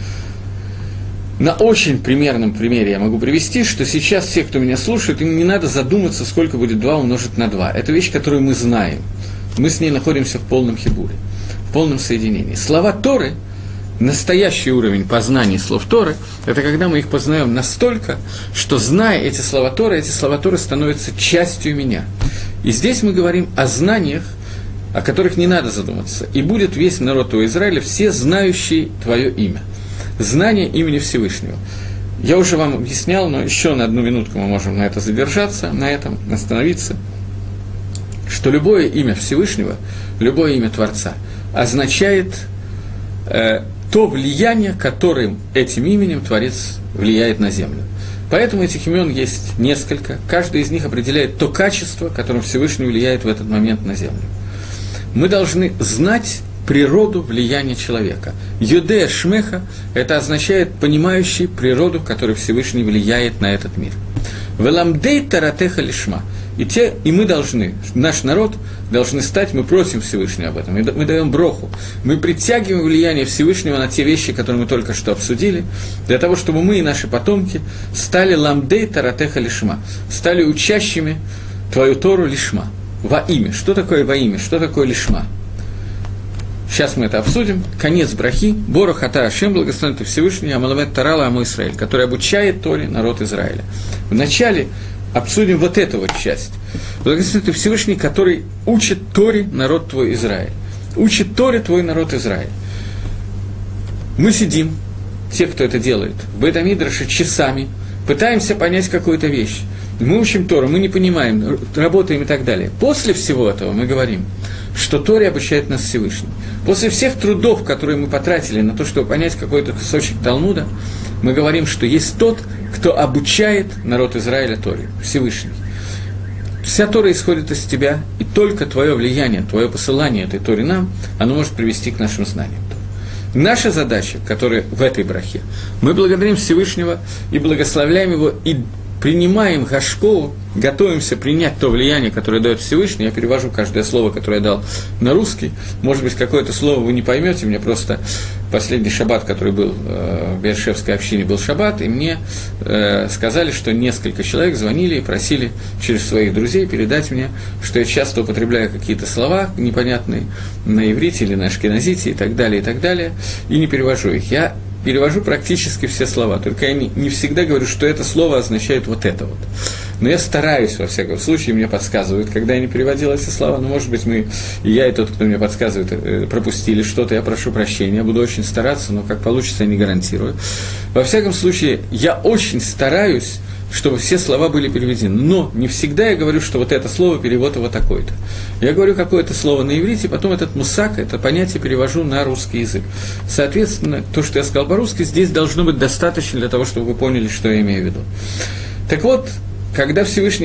Speaker 1: На очень примерном примере я могу привести, что сейчас все, кто меня слушает, им не надо задуматься, сколько будет 2 умножить на 2. Это вещь, которую мы знаем. Мы с ней находимся в полном хибуре, в полном соединении. Слова Торы настоящий уровень познания слов Торы – это когда мы их познаем настолько, что, зная эти слова Торы становятся частью меня. И здесь мы говорим о знаниях, о которых не надо задуматься. «И будет весь народ твой Израиля, все знающие твое имя». Знание имени Всевышнего. Я уже вам объяснял, но еще на 1 минутку мы можем на это задержаться, на этом остановиться, что любое имя Всевышнего, любое имя Творца означает то влияние, которым этим именем Творец влияет на землю. Поэтому этих имен есть несколько, каждый из них определяет то качество, которым Всевышний влияет в этот момент на землю. Мы должны знать природу влияния человека. Юдея Шмеха – это означает понимающий природу, которой Всевышний влияет на этот мир. Веламдей таратеха лишма. И мы должны, наш народ должны стать, мы просим Всевышнего об этом, мы даем броху, мы притягиваем влияние Всевышнего на те вещи, которые мы только что обсудили, для того, чтобы мы и наши потомки стали ламдей таратеха лишма, стали учащими твою Тору лишма, во имя. Что такое во имя, что такое лишма? Сейчас мы это обсудим. Конец брахи. Борох ата Ашем, благословен ты Всевышний, амаламет тарала амо Исраэль, который обучает Торе народ Израиля. Вначале обсудим вот эту вот часть. Благословен ты Всевышний, который учит Торе народ твой Израиль. Учит Торе твой народ Израиль. Мы сидим, те, кто это делает, в Бейт-Мидраше часами, пытаемся понять какую-то вещь. Мы учим Тору, мы не понимаем, работаем и так далее. После всего этого мы говорим, что Торе обучает нас Всевышний. После всех трудов, которые мы потратили на то, чтобы понять какой-то кусочек Талмуда, мы говорим, что есть тот, кто обучает народ Израиля Торе, Всевышний. Вся Тора исходит из тебя, и только твое влияние, твое посылание этой Торе нам, оно может привести к нашим знаниям. Наша задача, которая в этой брахе, мы благодарим Всевышнего и благословляем Его, и принимаем гашкову, готовимся принять то влияние, которое дает Всевышний. Я перевожу каждое слово, которое я дал на русский. Может быть, какое-то слово вы не поймете. Мне просто последний шаббат, который был в Бершевской общине, был шаббат, и мне сказали, что несколько человек звонили и просили через своих друзей передать мне, что я часто употребляю какие-то слова непонятные на иврите или на ашкеназите и так далее, и не перевожу их. Я перевожу практически все слова, только я не всегда говорю, что это слово означает вот это вот. Но я стараюсь, во всяком случае, мне подсказывают, когда я не переводил эти слова, но, может быть, и я, и тот, кто мне подсказывает, пропустили что-то, я прошу прощения, я буду очень стараться, но как получится, я не гарантирую. Во всяком случае, я очень стараюсь, чтобы все слова были переведены, но не всегда я говорю, что вот это слово, перевод его такой-то. Я говорю какое-то слово на иврите, потом этот мусак, это понятие перевожу на русский язык. Соответственно, то, что я сказал по-русски, здесь должно быть достаточно для того, чтобы вы поняли, что я имею в виду. Так вот, когда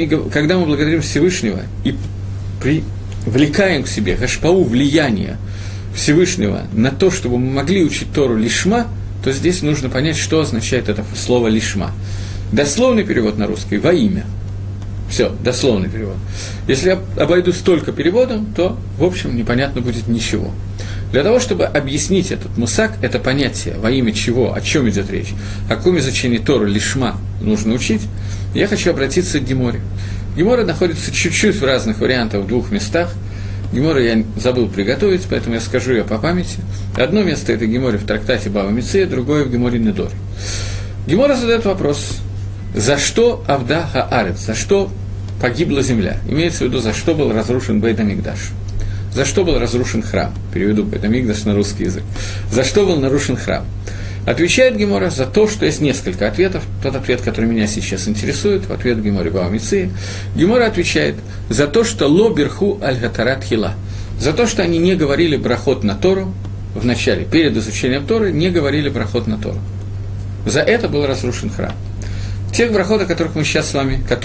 Speaker 1: мы благодарим Всевышнего и привлекаем к себе гашпау, влияние Всевышнего на то, чтобы мы могли учить Тору лишма, то здесь нужно понять, что означает это слово лишма. Дословный перевод на русский – во имя. Все, дословный перевод. Если я обойдусь только переводом, то, в общем, непонятно будет ничего. Для того, чтобы объяснить этот мусак, это понятие, во имя чего, о чем идет речь, о каком изучении Торы лишма нужно учить, я хочу обратиться к Геморе. Гемора находится чуть-чуть в разных вариантах, в 2 местах. Гемору я забыл приготовить, поэтому я скажу ее по памяти. Одно место – это Геморе в трактате Бава Меция, другое – в Геморе Недоре. Гемора задает вопрос: за что Авда Хаарец, за что погибла земля? Имеется в виду, за что был разрушен Бейт-Микдаш. За что был разрушен храм? Переведу Бейт-Микдаш на русский язык. За что был нарушен храм? Отвечает Гемора за то, что есть несколько ответов. Тот ответ, который меня сейчас интересует, в ответ Геморе Бава Меция. Гемора отвечает за то, что ло бирху аль-гатарат хила. За то, что они не говорили брахот на Тору в начале, перед изучением Торы, не говорили брахот на Тору. За это был разрушен храм. Тех брахот, которыми мы сейчас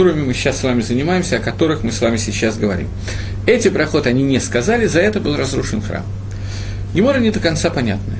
Speaker 1: с вами занимаемся, о которых мы с вами сейчас говорим. Эти брахот они не сказали, за это был разрушен храм. Гемора не до конца понятная.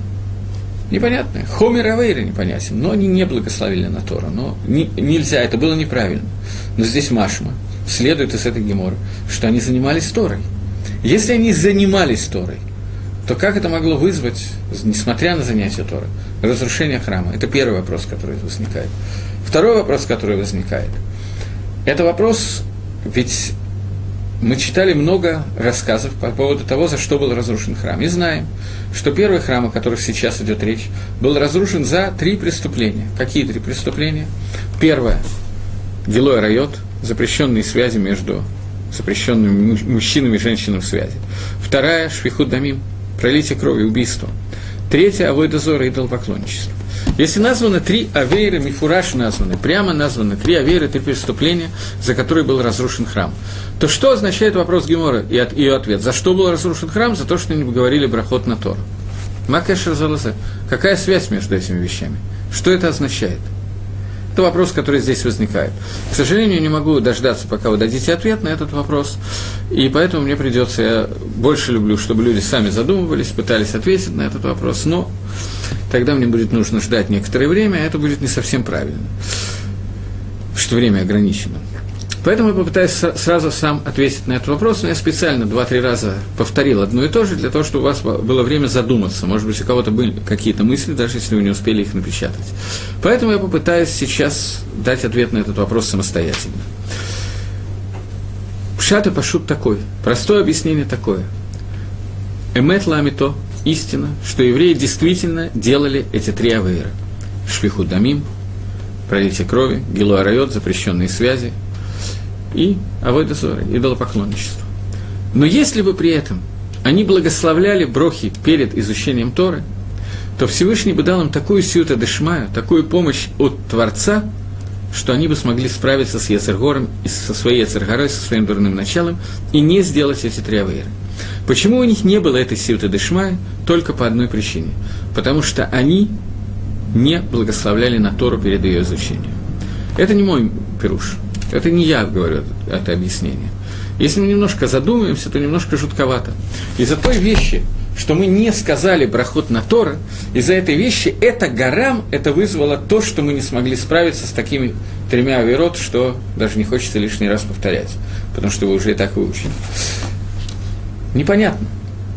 Speaker 1: Непонятная. Хомер авейра непонятен, но они не благословили на Тору. Но нельзя, это было неправильно. Но здесь машма следует из этой Геморы, что они занимались Торой. Если они занимались Торой, то как это могло вызвать, несмотря на занятия Торы, разрушение храма? Это первый вопрос, который возникает. Второй вопрос, который возникает, это вопрос, ведь мы читали много рассказов по поводу того, за что был разрушен храм. И знаем, что первый храм, о котором сейчас идет речь, был разрушен за 3 преступления. Какие 3 преступления? Первое – гилой арайот, запрещенные связи между запрещенными мужчинами и женщинами связи. Вторая – швихут дамим, пролитие крови, убийство. Третья – авойда зора, идолопоклонничество. Если названы 3 авейры, мифураж названы, прямо названы 3 авейры, 3 преступления, за которые был разрушен храм, то что означает вопрос Гемора и ее ответ? За что был разрушен храм? За то, что они говорили брахот на Тору. Макэшер залазе. Какая связь между этими вещами? Что это означает? Это вопрос, который здесь возникает. К сожалению, не могу дождаться, пока вы дадите ответ на этот вопрос, и поэтому мне придется, я больше люблю, чтобы люди сами задумывались, пытались ответить на этот вопрос, но тогда мне будет нужно ждать некоторое время, а это будет не совсем правильно, что время ограничено. Поэтому я попытаюсь сразу сам ответить на этот вопрос, но я специально 2-3 раза повторил одно и то же, для того, чтобы у вас было время задуматься. Может быть, у кого-то были какие-то мысли, даже если вы не успели их напечатать. Поэтому я попытаюсь сейчас дать ответ на этот вопрос самостоятельно. Пшат и пашут такой, простое объяснение такое. Эмет ламито, истина, что евреи действительно делали эти 3 авейра. Швихут дамим, пролитие крови, гилой арайот, запрещенные связи, и авойда зора, идолопоклонничество. Но если бы при этом они благословляли брохи перед изучением Торы, то Всевышний бы дал им такую сиюта дешмаю, такую помощь от Творца, что они бы смогли справиться с Ецер-Гором, со своей Ецер-Горой, со своим дурным началом, и не сделать эти 3 авейры. Почему у них не было этой сиюта дешмая? Только по одной причине. Потому что они не благословляли на Тору перед ее изучением. Это не мой пируш. Это не я говорю это объяснение. Если мы немножко задумаемся, то немножко жутковато. Из-за той вещи, что мы не сказали брахот на Тору, из-за этой вещи это гарам, это вызвало то, что мы не смогли справиться с такими 3 авейрот, что даже не хочется лишний раз повторять, потому что вы уже и так выучили. Непонятно.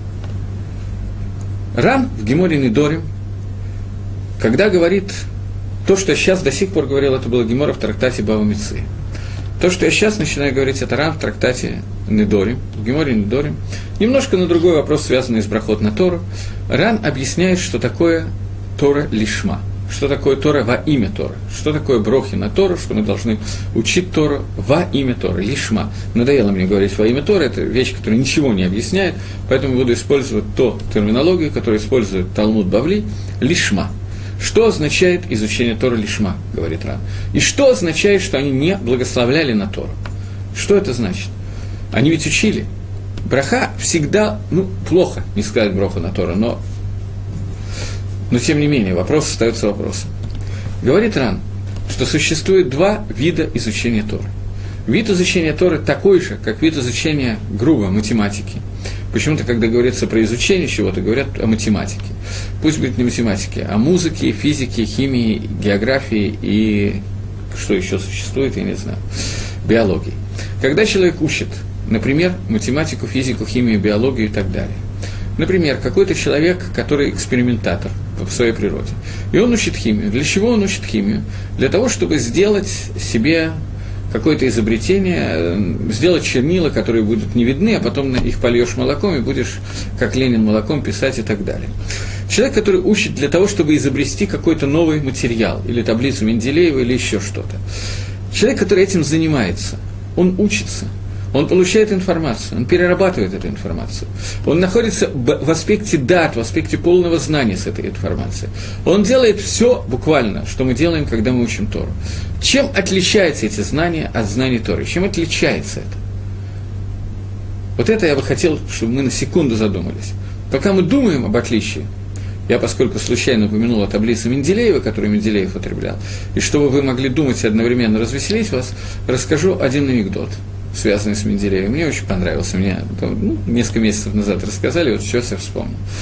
Speaker 1: Ран в Геморе Недорим, когда говорит то, что я сейчас до сих пор говорил, это было Гемора в трактате Бава Меции. То, что я сейчас начинаю говорить, это Ран в трактате Недорим, в Геморе Недорим. Немножко на другой вопрос, связанный с брахот на Тору. Ран объясняет, что такое Тора лишма, что такое Тора во имя Торы, что такое брохи на Тору, что мы должны учить Тору во имя Торы, лишма. Надоело мне говорить во имя Торы, это вещь, которая ничего не объясняет, поэтому буду использовать ту терминологию, которую использует Талмуд Бавли, лишма. Что означает изучение Торы лишма, говорит Ран? И что означает, что они не благословляли на Тору? Что это значит? Они ведь учили. Браха всегда, плохо не сказать броху на Тору, но тем не менее, вопрос остается вопросом. Говорит Ран, что существует 2 вида изучения Торы. Вид изучения Торы такой же, как вид изучения грубо математики. Почему-то, когда говорится про изучение чего-то, говорят о математике. Пусть будет не математике, а музыке, физике, химии, географии и что еще существует, я не знаю, биологии. Когда человек учит, например, математику, физику, химию, биологию и так далее. Например, какой-то человек, который экспериментатор в своей природе, и он учит химию. Для чего он учит химию? Для того, чтобы сделать себе какое-то изобретение, сделать чернила, которые будут не видны, а потом их польешь молоком и будешь, как Ленин, молоком писать и так далее. Человек, который учит для того, чтобы изобрести какой-то новый материал, или таблицу Менделеева, или еще что-то. Человек, который этим занимается, он учится, он получает информацию, он перерабатывает эту информацию. Он находится в аспекте дат, в аспекте полного знания с этой информацией. Он делает все буквально, что мы делаем, когда мы учим Тору. Чем отличаются эти знания от знаний Торы? Чем отличается это? Вот это я бы хотел, чтобы мы на секунду задумались. Пока мы думаем об отличии, я, поскольку случайно упомянул о таблице Менделеева, которую Менделеев употреблял, и чтобы вы могли думать и одновременно развеселить вас, расскажу один анекдот, связанный с Менделеевым. Мне очень понравился. Мне несколько месяцев назад рассказали, вот сейчас я вспомнил.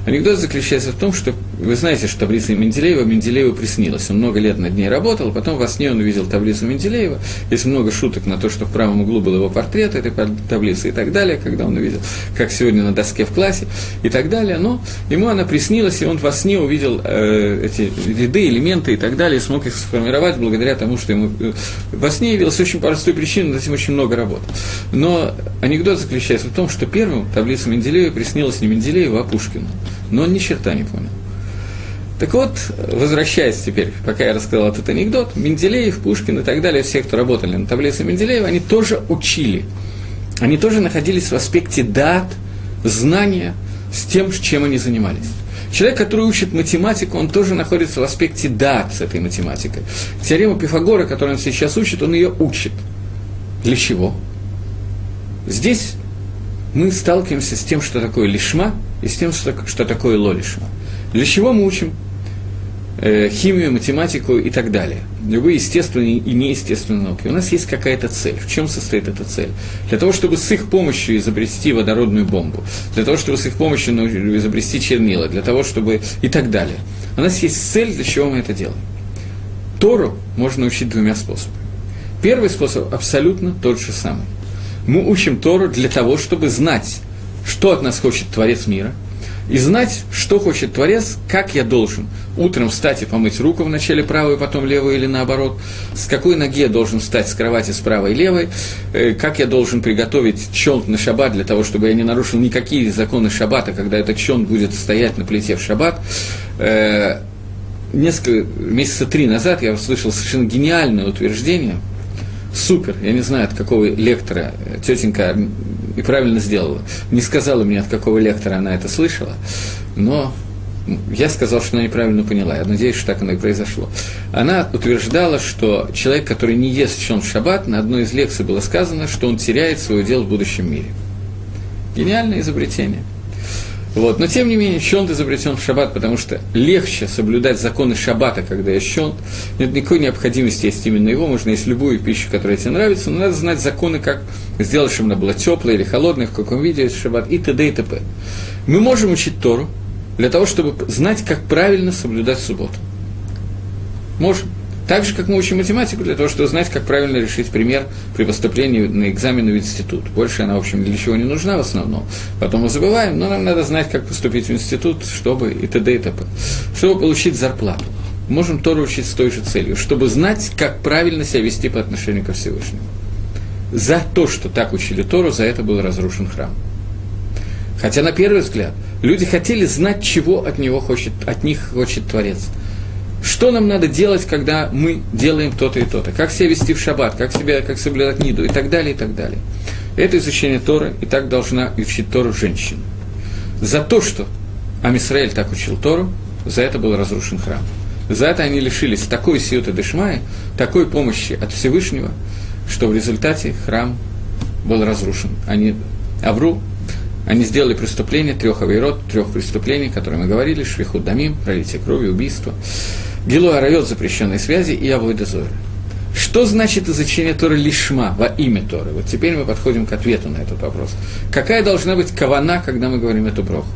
Speaker 1: Анекдот заключается в том, что вы знаете, что таблица Менделееву приснилась. Он много лет над ней работал, потом во сне он увидел таблицу Менделеева. Есть много шуток на то, что в правом углу был его портрет этой таблицы и так далее, когда он увидел, как сегодня на доске в классе и так далее. Но ему она приснилась, и он во сне увидел эти ряды, элементы и так далее, и смог их сформировать благодаря тому, что ему во сне явилась очень простой причиной, над этим очень много работал. Но анекдот заключается в том, что первым таблица Менделеева приснилась не Менделееву, а Пушкину. Но он ни черта не понял. Так вот, возвращаясь теперь, пока я рассказал этот анекдот, Менделеев, Пушкин и так далее, все, кто работали на таблице Менделеева, они тоже учили. Они тоже находились в аспекте дат, знания с тем, чем они занимались. Человек, который учит математику, он тоже находится в аспекте дат с этой математикой. Теорему Пифагора, которую он сейчас учит, он ее учит. Для чего? Здесь мы сталкиваемся с тем, что такое лишма, и с тем, что такое ло-лишма. Для чего мы учим химию, математику и так далее? Любые естественные и неестественные науки. У нас есть какая-то цель. В чем состоит эта цель? Для того, чтобы с их помощью изобрести водородную бомбу, для того, чтобы с их помощью изобрести чернила, для того, чтобы и так далее. У нас есть цель, для чего мы это делаем. Тору можно учить двумя способами. Первый способ абсолютно тот же самый. Мы учим Тору для того, чтобы знать, что от нас хочет Творец мира, и знать, что хочет Творец, как я должен утром встать и помыть руку вначале правую, потом левую или наоборот, с какой ноги я должен встать с кровати с правой и левой, как я должен приготовить чонт на шаббат для того, чтобы я не нарушил никакие законы шаббата, когда этот чонт будет стоять на плите в шаббат. Месяца 3 назад я услышал совершенно гениальное утверждение, супер, я не знаю, от какого лектора тетенька и правильно сделала. Не сказала мне, от какого лектора она это слышала, но я сказал, что она неправильно поняла. Я надеюсь, что так оно и произошло. Она утверждала, что человек, который не ест чон в шаббат, на одной из лекций было сказано, что он теряет свое дело в будущем мире. Гениальное изобретение. Вот. Но, тем не менее, чонт изобретен в шаббат, потому что легче соблюдать законы шаббата, когда есть чонт. Нет никакой необходимости есть именно его, можно есть любую пищу, которая тебе нравится, но надо знать законы, как сделать, чтобы она была теплая или холодная, в каком виде есть шаббат, и т.д. и т.п. Мы можем учить Тору для того, чтобы знать, как правильно соблюдать субботу. Можем. Так же, как мы учим математику, для того, чтобы знать, как правильно решить пример при поступлении на экзамены в институт. Больше она, в общем, для чего не нужна в основном. Потом мы забываем, но нам надо знать, как поступить в институт, чтобы и т.д. и т.п. Чтобы получить зарплату. Можем Тору учить с той же целью, чтобы знать, как правильно себя вести по отношению ко Всевышнему. За то, что так учили Тору, за это был разрушен храм. Хотя, на первый взгляд, люди хотели знать, чего от них хочет Творец. Что нам надо делать, когда мы делаем то-то и то-то? Как себя вести в шаббат, как соблюдать ниду и так далее, и так далее. Это изучение Торы, и так должна учить Тору женщина. За то, что Ам Исраэль так учил Тору, за это был разрушен храм. За это они лишились такой сиюта дешмая, такой помощи от Всевышнего, что в результате храм был разрушен. Они сделали преступление 3 авейрот, 3 преступлений, которые мы говорили, швихут дамим, пролитие крови, убийство, гилуй арайот, запрещенные связи, и авойда зора. Что значит изучение Торы лишма, во имя Торы? Вот теперь мы подходим к ответу на этот вопрос. Какая должна быть кавана, когда мы говорим эту броху?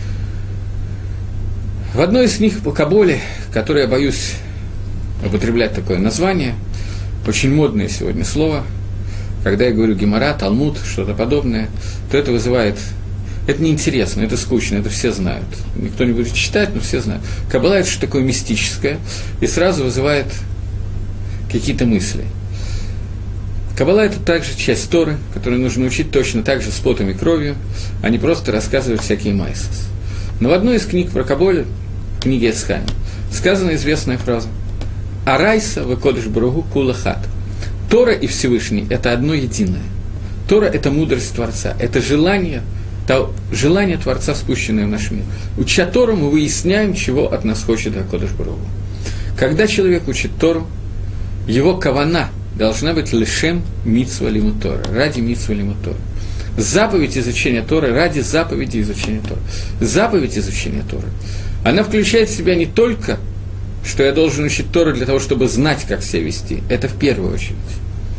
Speaker 1: В одной из них по Каболе, которой я боюсь употреблять такое название, очень модное сегодня слово, когда я говорю Гемара, Талмуд, что-то подобное, то это вызывает... Это неинтересно, это скучно, это все знают. Никто не будет читать, но все знают. Каббала – это что такое мистическое, и сразу вызывает какие-то мысли. Каббала – это также часть Торы, которую нужно учить точно так же с потом и кровью, а не просто рассказывать всякие майсос. Но в одной из книг про Каббалу, книге Эцхайм, сказана известная фраза «Арайса векодеш баруху кулахат». Тора и Всевышний – это одно единое. Тора – это мудрость Творца, это желание Творца, спущенное в наш мир. Уча Тору, мы выясняем, чего от нас хочет Акодеш Барух Ху. Когда человек учит Тору, его кавана должна быть лишем мицва лимут Тора, ради мицва лимут Тора. Заповедь изучения Торы ради заповеди изучения Торы. Заповедь изучения Торы, она включает в себя не только, что я должен учить Тору для того, чтобы знать, как себя вести, это в первую очередь.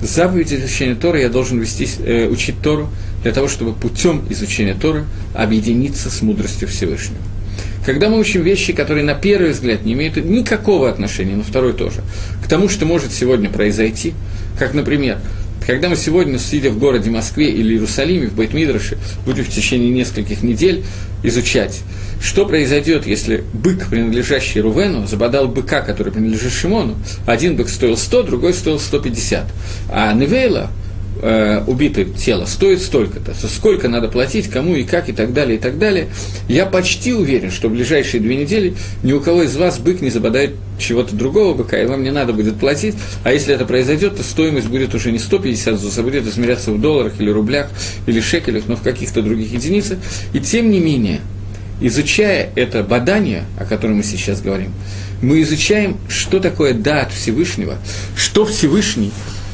Speaker 1: заповедь изучения Торы я должен учить Тору для того, чтобы путем изучения Торы объединиться с мудростью Всевышнего. Когда мы учим вещи, которые на первый взгляд не имеют никакого отношения, на второй тоже, к тому, что может сегодня произойти, как, например, когда мы сегодня, сидя в городе Москве или Иерусалиме, в Бейт-Мидраше, будем в течение нескольких недель изучать, что произойдет, если бык, принадлежащий Рувену, забодал быка, который принадлежит Шимону, один бык стоил 100, другой стоил 150, а Невейла, убитое тело, стоит столько-то, сколько надо платить, кому и как, и так далее, я почти уверен, что в ближайшие 2 недели ни у кого из вас бык не забодает чего-то другого быка, и вам не надо будет платить, а если это произойдет, то стоимость будет уже не 150 зус, а будет измеряться в долларах, или рублях, или шекелях, но в каких-то других единицах, и тем не менее, изучая это бадание, о котором мы сейчас говорим, мы изучаем, что такое даат Всевышнего, что Всевышний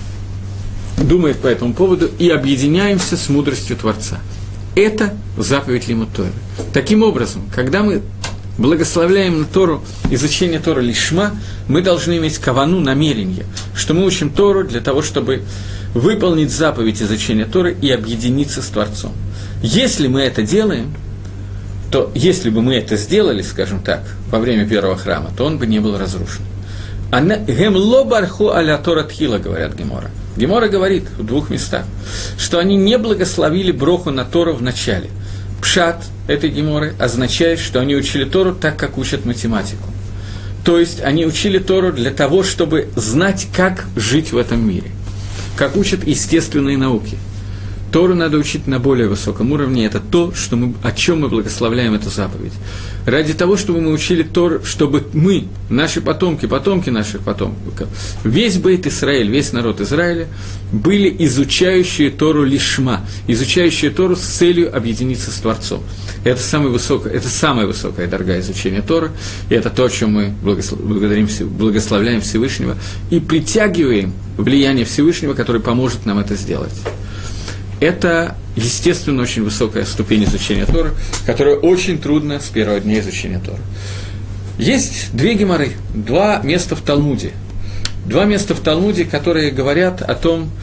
Speaker 1: думает по этому поводу, и объединяемся с мудростью Творца. Это заповедь Лимуд Торы. Таким образом, когда мы благословляем на Тору, изучение Торы лишма, мы должны иметь кавану, намерение, что мы учим Тору для того, чтобы выполнить заповедь изучения Торы и объединиться с Творцом. Если мы это делаем, то если бы мы это сделали, скажем так, во время первого храма, то он бы не был разрушен. «Гемло барху аля Тора тхила», говорят Гемора. Гемора говорит в 2 местах, что они не благословили броху на Тору в начале. Пшат этой Геморы означает, что они учили Тору так, как учат математику. То есть они учили Тору для того, чтобы знать, как жить в этом мире, как учат естественные науки. Тору надо учить на более высоком уровне, это то, о чем мы благословляем эту заповедь. Ради того, чтобы мы учили Тору, чтобы мы, наши потомки, потомки наших потомков, весь Бейт Исраэль, весь народ Израиля, были изучающие Тору лишма, изучающие Тору с целью объединиться с Творцом. Это самая высокая дорога изучения Торы, и это то, о чем мы благословляем Всевышнего и притягиваем влияние Всевышнего, которое поможет нам это сделать. Это, естественно, очень высокая ступень изучения Торы, которая очень трудна с первого дня изучения Торы. Есть 2 геморы, 2 места в Талмуде. 2 места в Талмуде, которые говорят о том,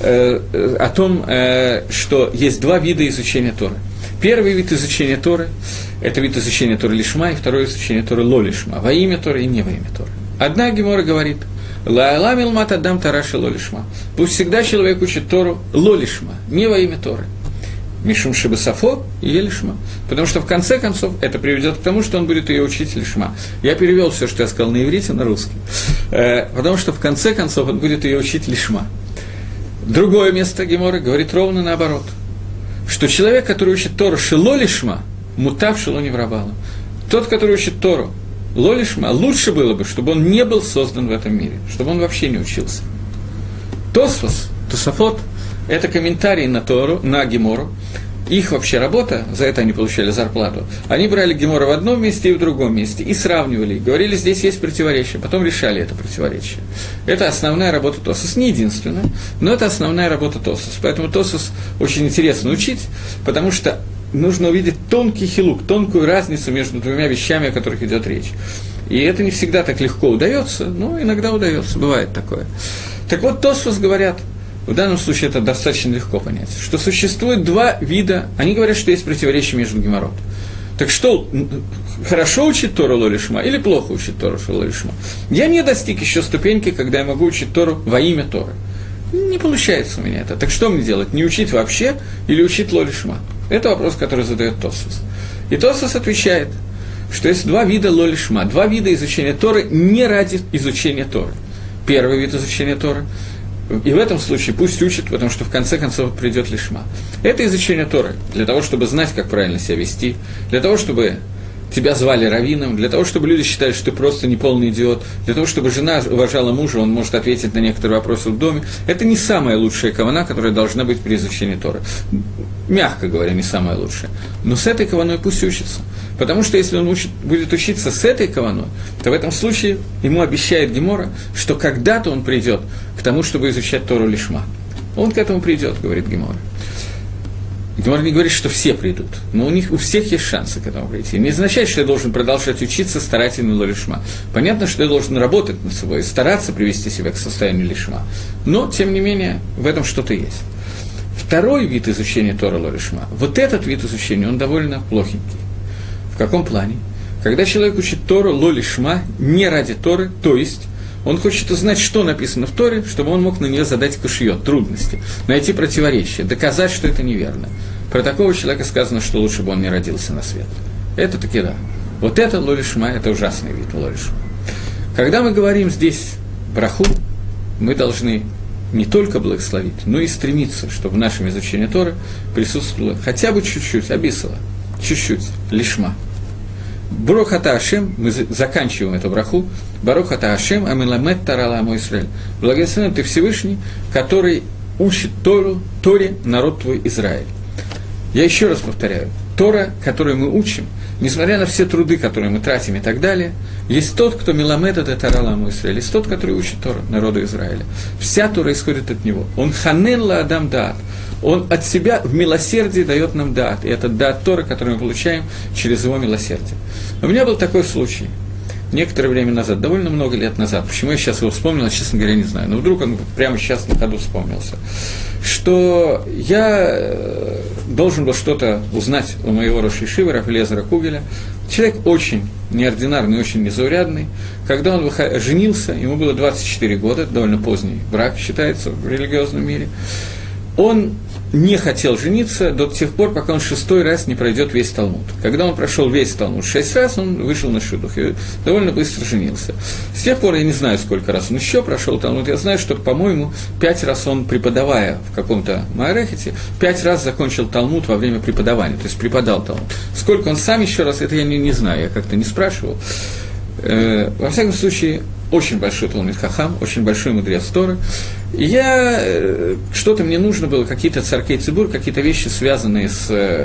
Speaker 1: что есть 2 вида изучения Торы. Первый вид изучения Торы – это вид изучения Торы лишма, и второй изучение Торы ло лишма, во имя Торы и не во имя Торы. Одна гемора говорит – «Ла милмат адам тараши ло лишма». Пусть всегда человек учит Тору ло лишма, не во имя Торы. Мишум шебасафо и лишма. Потому что в конце концов это приведет к тому, что он будет ее учить лишма. Я перевел все, что я сказал на иврите, на русский. Потому что в конце концов он будет ее учить лишма. Другое место геморы говорит ровно наоборот. Что человек, который учит Тору шело лишма, мутав шело неврабалом. Тот, который учит Тору ло лишма, лучше было бы, чтобы он не был создан в этом мире, чтобы он вообще не учился. Тосфос, Тосафот – это комментарии на Тору, на Гемору. Их вообще работа, за это они получали зарплату. Они брали Гемору в одном месте и в другом месте, и сравнивали, говорили, здесь есть противоречие, потом решали это противоречие. Это основная работа Тосфос, не единственная, но это основная работа Тосфос. Поэтому Тосфос очень интересно учить, потому что нужно увидеть тонкий хилук, тонкую разницу между 2 вещами, о которых идет речь. И это не всегда так легко удается, но иногда удается, бывает такое. Так вот, Тосфос говорят, в данном случае это достаточно легко понять, что существует 2 вида, они говорят, что есть противоречие между геморрот. Так что, хорошо учить Тору ло лишма или плохо учить Тору ло лишма? Я не достиг еще ступеньки, когда я могу учить Тору во имя Торы. Не получается у меня это. Так что мне делать? Не учить вообще или учить ло лишма? Это вопрос, который задает Тосфос. И Тосфос отвечает, что есть 2 вида ло лишма, 2 вида изучения Торы не ради изучения Торы. Первый вид изучения Торы, и в этом случае пусть учит, потому что в конце концов придет лишма. Это изучение Торы для того, чтобы знать, как правильно себя вести, для того, чтобы тебя звали раввином, для того, чтобы люди считали, что ты просто неполный идиот, для того, чтобы жена уважала мужа, он может ответить на некоторые вопросы в доме. Это не самая лучшая кавана, которая должна быть при изучении Торы. Мягко говоря, не самая лучшая. Но с этой каваной пусть учится. Потому что если он будет учиться с этой каваной, то в этом случае ему обещает Гемора, что когда-то он придет к тому, чтобы изучать Тору лишма. Он к этому придет, говорит Гемора. Гемара не говорит, что все придут, но у всех есть шансы к этому прийти. Не означает, что я должен продолжать учиться старательно лолишма. Понятно, что я должен работать над собой и стараться привести себя к состоянию лишма. Но, тем не менее, в этом что-то есть. Второй вид изучения Тора лолишма, вот этот вид изучения, он довольно плохенький. В каком плане? Когда человек учит Тору лолишма не ради Торы, то есть он хочет узнать, что написано в Торе, чтобы он мог на нее задать кушьет, трудности, найти противоречия, доказать, что это неверно. Про такого человека сказано, что лучше бы он не родился на свет. Это таки да. Вот это лолишма, это ужасный вид лолишма. Когда мы говорим здесь браху, мы должны не только благословить, но и стремиться, чтобы в нашем изучении Торы присутствовало хотя бы чуть-чуть, абисала, чуть-чуть, лишма. Барух ата Ашем, мы заканчиваем эту браху, Барух ата Ашем, амиламет тарала мой Исраэль. Благословен ты Всевышний, который учит Торе народ твой Израиль. Я еще раз повторяю, Тора, которую мы учим, несмотря на все труды, которые мы тратим и так далее, есть тот, кто миламет ата тарала мой Исраэль, есть тот, который учит Тору народу Израиля. Вся Тора исходит от него. Он ханен ла адам даат. Он от себя в милосердии дает нам даат. И это даат Торы, который мы получаем через его милосердие. У меня был такой случай некоторое время назад, довольно много лет назад. Почему я сейчас его вспомнил, честно говоря, не знаю. Но вдруг он прямо сейчас на ходу вспомнился. Что я должен был что-то узнать у моего Рош Ешивы, Рав Элиэзера Кугеля. Человек очень неординарный, очень незаурядный. Когда он женился, ему было 24 года, довольно поздний брак считается в религиозном мире. Он не хотел жениться до тех пор, пока он 6-й раз не пройдет весь Талмуд. Когда он прошел весь Талмуд 6 раз, он вышел на шидух и довольно быстро женился. С тех пор я не знаю, сколько раз он еще прошел Талмуд. Я знаю, что, по-моему, 5 раз он, преподавая в каком-то Маарехете, 5 раз закончил Талмуд во время преподавания, то есть преподал Талмуд. Сколько он сам еще раз, это я не знаю, я как-то не спрашивал. Во всяком случае, очень большой Талмид Хахам, очень большой мудрец Торы. И что-то мне нужно было, какие-то царкей цибур, какие-то вещи, связанные с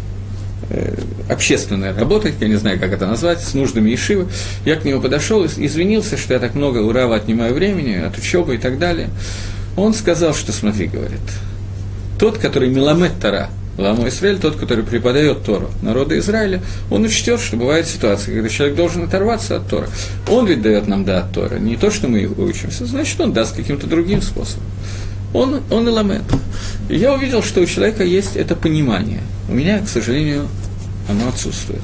Speaker 1: общественной работой, я не знаю, как это назвать, с нуждами Ешивы. Я к нему подошел и извинился, что я так много у Рава отнимаю времени, от учебы и так далее. Он сказал, что, смотри, говорит, тот, который миламет Тора, Ламо Исраэль, тот, который преподает Тору народу Израиля, он учтет, что бывают ситуации, когда человек должен оторваться от Торы. Он ведь дает нам от Торы, не то, что мы учимся, значит, он даст каким-то другим способом. Он и ламет. И я увидел, что у человека есть это понимание. У меня, к сожалению, оно отсутствует.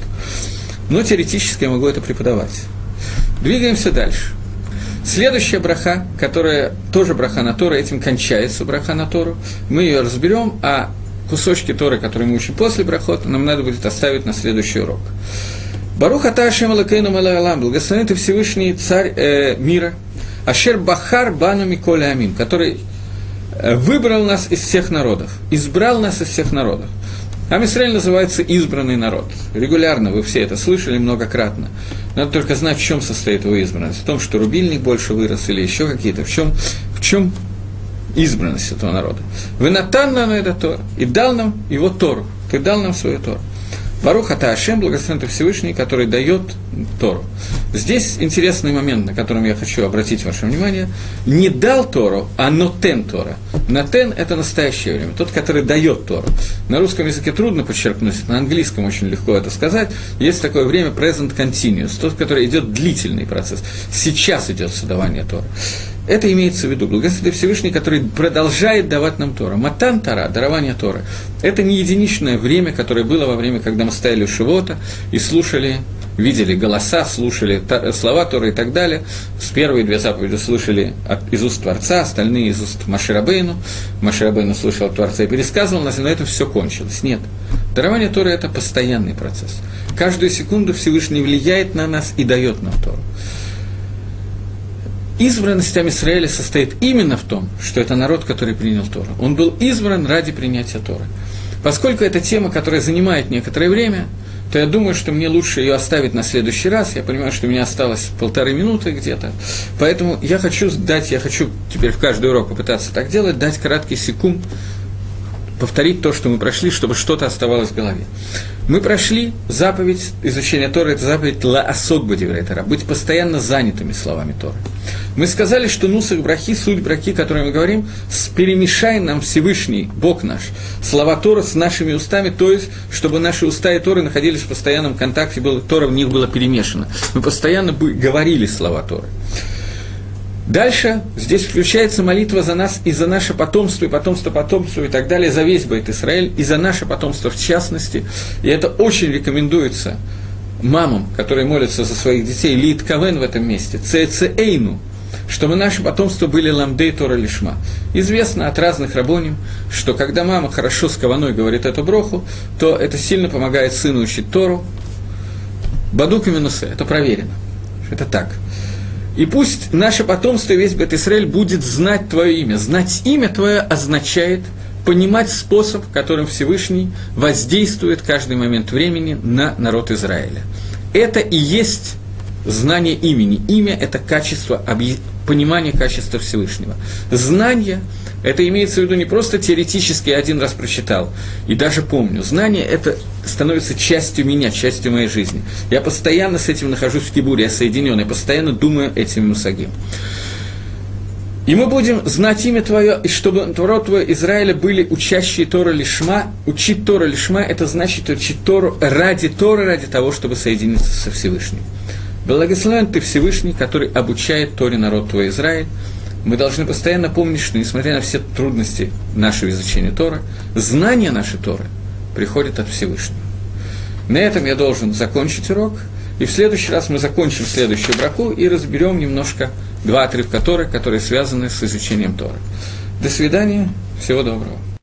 Speaker 1: Но теоретически я могу это преподавать. Двигаемся дальше. Следующая браха, которая тоже браха на Тору, этим кончается браха на Тору, мы ее разберем, а кусочки Торы, которые мы учим после брахот, нам надо будет оставить на следующий урок. Барух ата Ашем Элокейну мелech хаолам, благословен ты Всевышний Царь мира, Ашер бахар бану миколь амим, который выбрал нас из всех народов, избрал нас из всех народов. Ам Исраэль называется избранный народ. Регулярно вы все это слышали многократно. Надо только знать, в чем состоит его избранность. В том, что рубильник больше вырос или еще какие-то. В чем избранность этого народа. Вы натан нам это Тора, и дал нам его Тору. Ты дал нам свою Тору. Барух ата Ашем, благословен ты Всевышний, который дает Тору. Здесь интересный момент, на котором я хочу обратить ваше внимание. Не дал Тору, а нотен Тора. Нотен – это настоящее время, тот, который дает Тору. На русском языке трудно подчеркнуть, на английском очень легко это сказать. Есть такое время present continuous, тот, который идет длительный процесс. Сейчас идет создавание Торы. Это имеется в виду. Благословен Всевышний, который продолжает давать нам Тору. Матан Тора, дарование Торы. Это не единичное время, которое было во время, когда мы стояли у Шивота и слушали, видели голоса, слушали слова Торы и так далее. С первые 2 заповеди слышали из уст Творца, остальные из уст Моше Рабейну. Моше Рабейну слышал от Творца и пересказывал нас, и на этом все кончилось. Нет. Дарование Торы – это постоянный процесс. Каждую секунду Всевышний влияет на нас и дает нам Тору. Избранность Ам Исраэля состоит именно в том, что это народ, который принял Тору. Он был избран ради принятия Торы. Поскольку это тема, которая занимает некоторое время, то я думаю, что мне лучше ее оставить на следующий раз. Я понимаю, что у меня осталось 1,5 минуты где-то. Поэтому я хочу теперь в каждый урок попытаться так делать, дать краткий секунд, повторить то, что мы прошли, чтобы что-то оставалось в голове. Мы прошли заповедь изучения Торы, это заповедь «Лаасот бадиврей Тора», быть постоянно занятыми словами Торы. Мы сказали, что нусах брахи, суть брахи, о которой мы говорим, перемешай нам Всевышний, Бог наш, слова Торы с нашими устами, то есть, чтобы наши уста и Торы находились в постоянном контакте, Тора в них была перемешана. Мы постоянно говорили слова Торы. Дальше здесь включается молитва за нас и за наше потомство, и потомство потомства, и так далее, за весь Бейт Исраэль, и за наше потомство в частности. И это очень рекомендуется мамам, которые молятся за своих детей, лит кавен в этом месте, цецеэйну, чтобы наше потомство были ламдей Тора лишма. Известно от разных рабоним, что когда мама хорошо с каваной говорит эту броху, то это сильно помогает сыну учить Тору. Бадук и минусе, это проверено, это так. И пусть наше потомство, весь Бейт Исраэль, будет знать Твое имя. Знать имя Твое означает понимать способ, которым Всевышний воздействует каждый момент времени на народ Израиля. Это и есть знание имени. Имя – это качество, понимание качества Всевышнего. Знание – это имеется в виду не просто теоретически я один раз прочитал и даже помню. Знание – это становится частью меня, частью моей жизни. Я постоянно с этим нахожусь в кибуре, я соединен, я постоянно думаю этими мусагим. И мы будем знать имя Твое, и чтобы народ Твой Израиля были учащие Тора лишма. Учить Тора лишма – это значит учить Тору, ради того, чтобы соединиться со Всевышним. Благословен Ты Всевышний, который обучает Торе народ Твой Израиль. Мы должны постоянно помнить, что, несмотря на все трудности нашего изучения Торы, знание нашей Торы приходит от Всевышнего. На этом я должен закончить урок, и в следующий раз мы закончим следующую браку и разберем немножко два отрывка Торы, которые связаны с изучением Торы. До свидания, всего доброго.